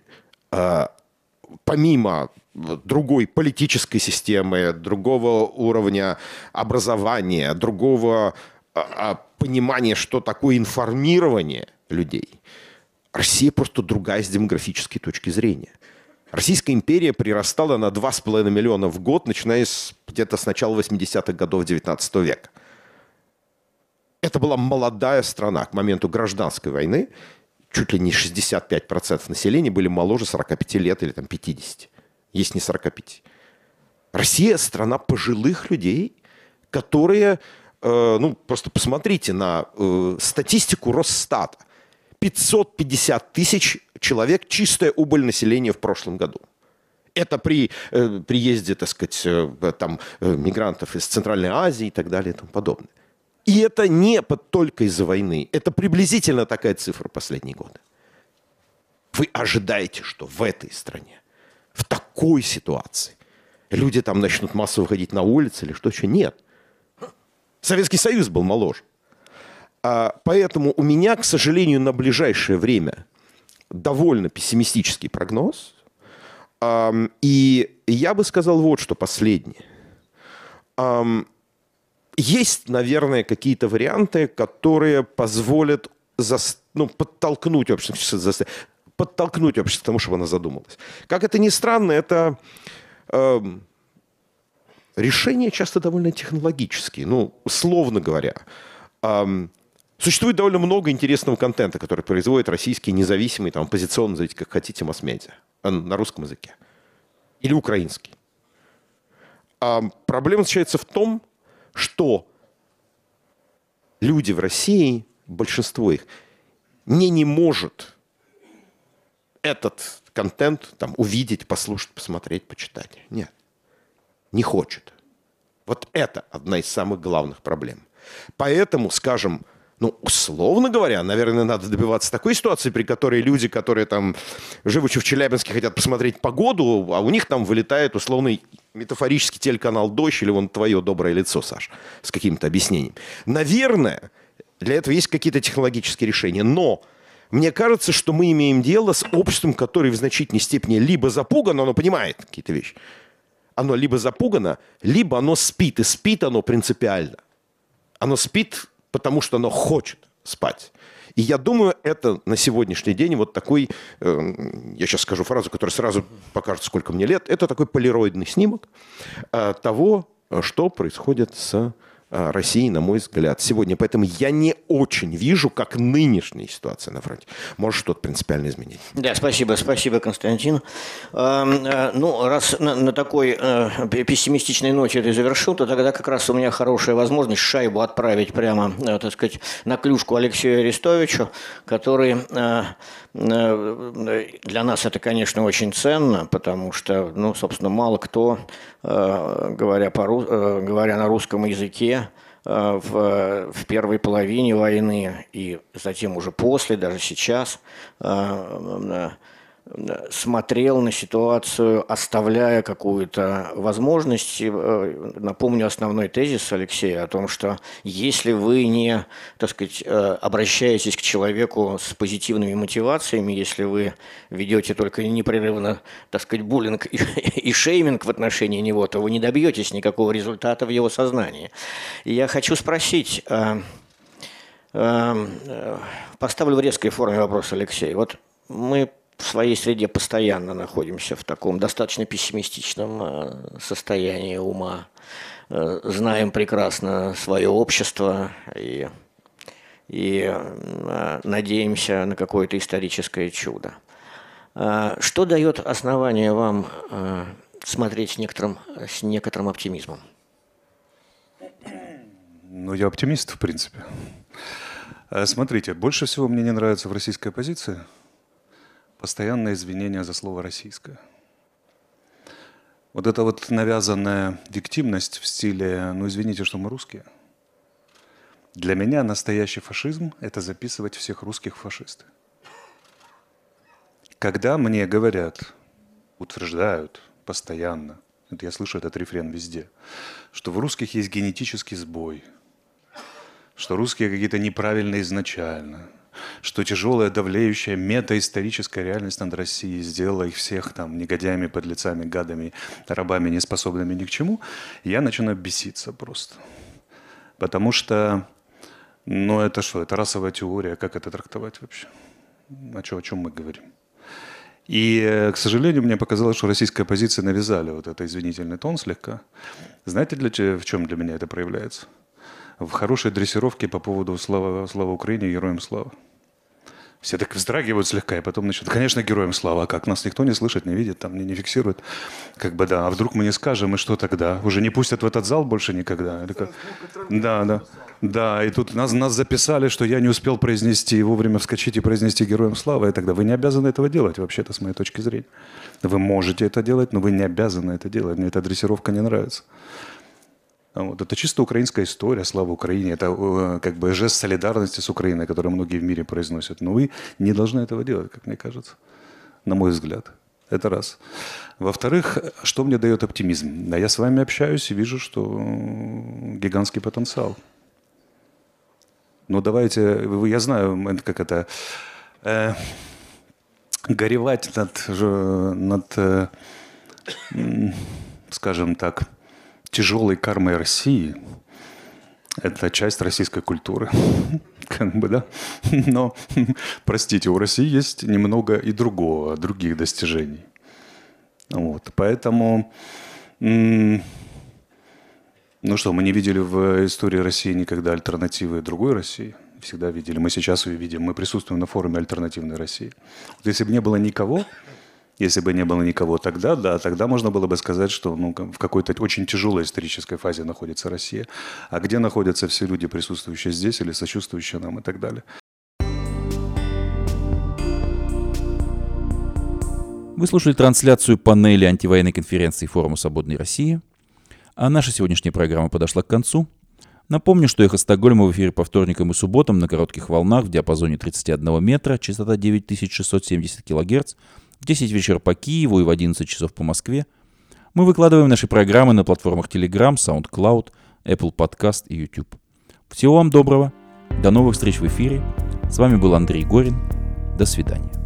Помимо другой политической системы, другого уровня образования, другого понимания, что такое информирование людей, Россия просто другая с демографической точки зрения. Российская империя прирастала на 2,5 миллиона в год, начиная где-то с начала 80-х годов 19 века. Это была молодая страна к моменту гражданской войны. Чуть ли не 65% населения были моложе 45 лет или там 50. Есть не 45. Россия – страна пожилых людей, которые, просто посмотрите на статистику Росстата. 550 тысяч человек чистая убыль населения в прошлом году. Это при приезде, так сказать, мигрантов из Центральной Азии и так далее и тому подобное. И это не только из-за войны. Это приблизительно такая цифра последние годы. Вы ожидаете, что в этой стране, в такой ситуации, люди там начнут массово выходить на улицы или что еще? Нет. Советский Союз был моложе. Поэтому у меня, к сожалению, на ближайшее время довольно пессимистический прогноз. И я бы сказал вот что последнее. Есть, наверное, какие-то варианты, которые позволят подтолкнуть общество к тому, чтобы оно задумалось. Как это ни странно, это решения часто довольно технологические. Условно говоря, существует довольно много интересного контента, который производит российские независимые, оппозиционные, назовите как хотите, масс-медиа на русском языке. Или украинский. Проблема заключается в том, что люди в России, большинство их, не может этот контент увидеть, послушать, посмотреть, почитать. Нет. Не хочет. Вот это одна из самых главных проблем. Поэтому, скажем, условно говоря, наверное, надо добиваться такой ситуации, при которой люди, которые живучи в Челябинске, хотят посмотреть погоду, а у них вылетает условный метафорический телеканал «Дождь» или вон твое доброе лицо, Саш, с каким-то объяснением. Наверное, для этого есть какие-то технологические решения, но мне кажется, что мы имеем дело с обществом, которое в значительной степени либо запугано, оно понимает какие-то вещи, оно либо запугано, либо оно спит, и спит оно принципиально. Оно спит, потому что оно хочет спать. И я думаю, это на сегодняшний день вот такой, я сейчас скажу фразу, которая сразу покажет, сколько мне лет, это такой полироидный снимок того, что происходит с России, на мой взгляд, сегодня. Поэтому я не очень вижу, как нынешняя ситуация на фронте может что-то принципиально изменить. Да, спасибо, Константин. Ну, раз на такой пессимистичной ноте ты завершил, то тогда как раз у меня хорошая возможность шайбу отправить прямо, так сказать, на клюшку Алексею Арестовичу, который для нас это, конечно, очень ценно, потому что, ну, собственно, мало кто, говоря на русском языке, в первой половине войны и затем уже после, даже сейчас, смотрел на ситуацию, оставляя какую-то возможность. Напомню основной тезис Алексея о том, что если вы не, так сказать, обращаетесь к человеку с позитивными мотивациями, если вы ведете только непрерывно, так сказать, буллинг и шейминг в отношении него, то вы не добьетесь никакого результата в его сознании. И я хочу спросить, поставлю в резкой форме вопрос, Алексей. Вот мы в своей среде постоянно находимся в таком достаточно пессимистичном состоянии ума, знаем прекрасно свое общество и надеемся на какое-то историческое чудо. Что дает основание вам смотреть с некоторым оптимизмом? Ну, я оптимист, в принципе. Смотрите, больше всего мне не нравится в российской оппозиции постоянное извинение за слово «российское». Вот эта вот навязанная виктимность в стиле «ну извините, что мы русские». Для меня настоящий фашизм – это записывать всех русских в фашисты. Когда мне говорят, утверждают постоянно, это я слышу этот рефрен везде, что в русских есть генетический сбой, что русские какие-то неправильные изначально, что тяжелая, давлеющая метаисторическая реальность над Россией сделала их всех там негодяями, подлецами, гадами, рабами, неспособными ни к чему, я начинаю беситься просто. Потому что, ну это что, это расовая теория, как это трактовать вообще? О чем мы говорим? И, к сожалению, мне показалось, что российская оппозиция навязали вот этот извинительный тон слегка. Знаете, в чем для меня это проявляется? В хорошей дрессировке по поводу «Слава Украине», «Героям слава». Все так вздрагивают слегка, и потом начнут, конечно, героям слава, а как? Нас никто не слышит, не видит, там не фиксирует. Как бы да, а вдруг мы не скажем, и что тогда? Уже не пустят в этот зал больше никогда? Да, и тут нас записали, что я не успел произнести, вовремя вскочить и произнести героям слава, и тогда вы не обязаны этого делать, вообще-то, с моей точки зрения. Вы можете это делать, но вы не обязаны это делать. Мне эта дрессировка не нравится. Вот. Это чисто украинская история, слава Украине. Это как бы жест солидарности с Украиной, который многие в мире произносят. Но вы не должны этого делать, как мне кажется, на мой взгляд. Это раз. Во-вторых, что мне дает оптимизм? Да, я с вами общаюсь и вижу, что гигантский потенциал. Но давайте, я знаю, как это, горевать над скажем так, тяжелой кармой России – это часть российской культуры. Как бы, да? Но, простите, у России есть немного и других достижений. Вот. Поэтому, ну что, мы не видели в истории России никогда альтернативы другой России. Всегда видели. Мы сейчас ее видим. Мы присутствуем на форуме альтернативной России. Вот если бы не было никого, тогда, да, тогда можно было бы сказать, что в какой-то очень тяжелой исторической фазе находится Россия. А где находятся все люди, присутствующие здесь или сочувствующие нам и так далее. Вы слушали трансляцию панели антивоенной конференции Форума Свободной России. А наша сегодняшняя программа подошла к концу. Напомню, что «Эхо Стокгольма» в эфире по вторникам и субботам на коротких волнах в диапазоне 31 метра, частота 9670 кГц, в 10 вечера по Киеву и в 11 часов по Москве. Мы выкладываем наши программы на платформах Telegram, SoundCloud, Apple Podcast и YouTube. Всего вам доброго. До новых встреч в эфире. С вами был Андрей Горин. До свидания.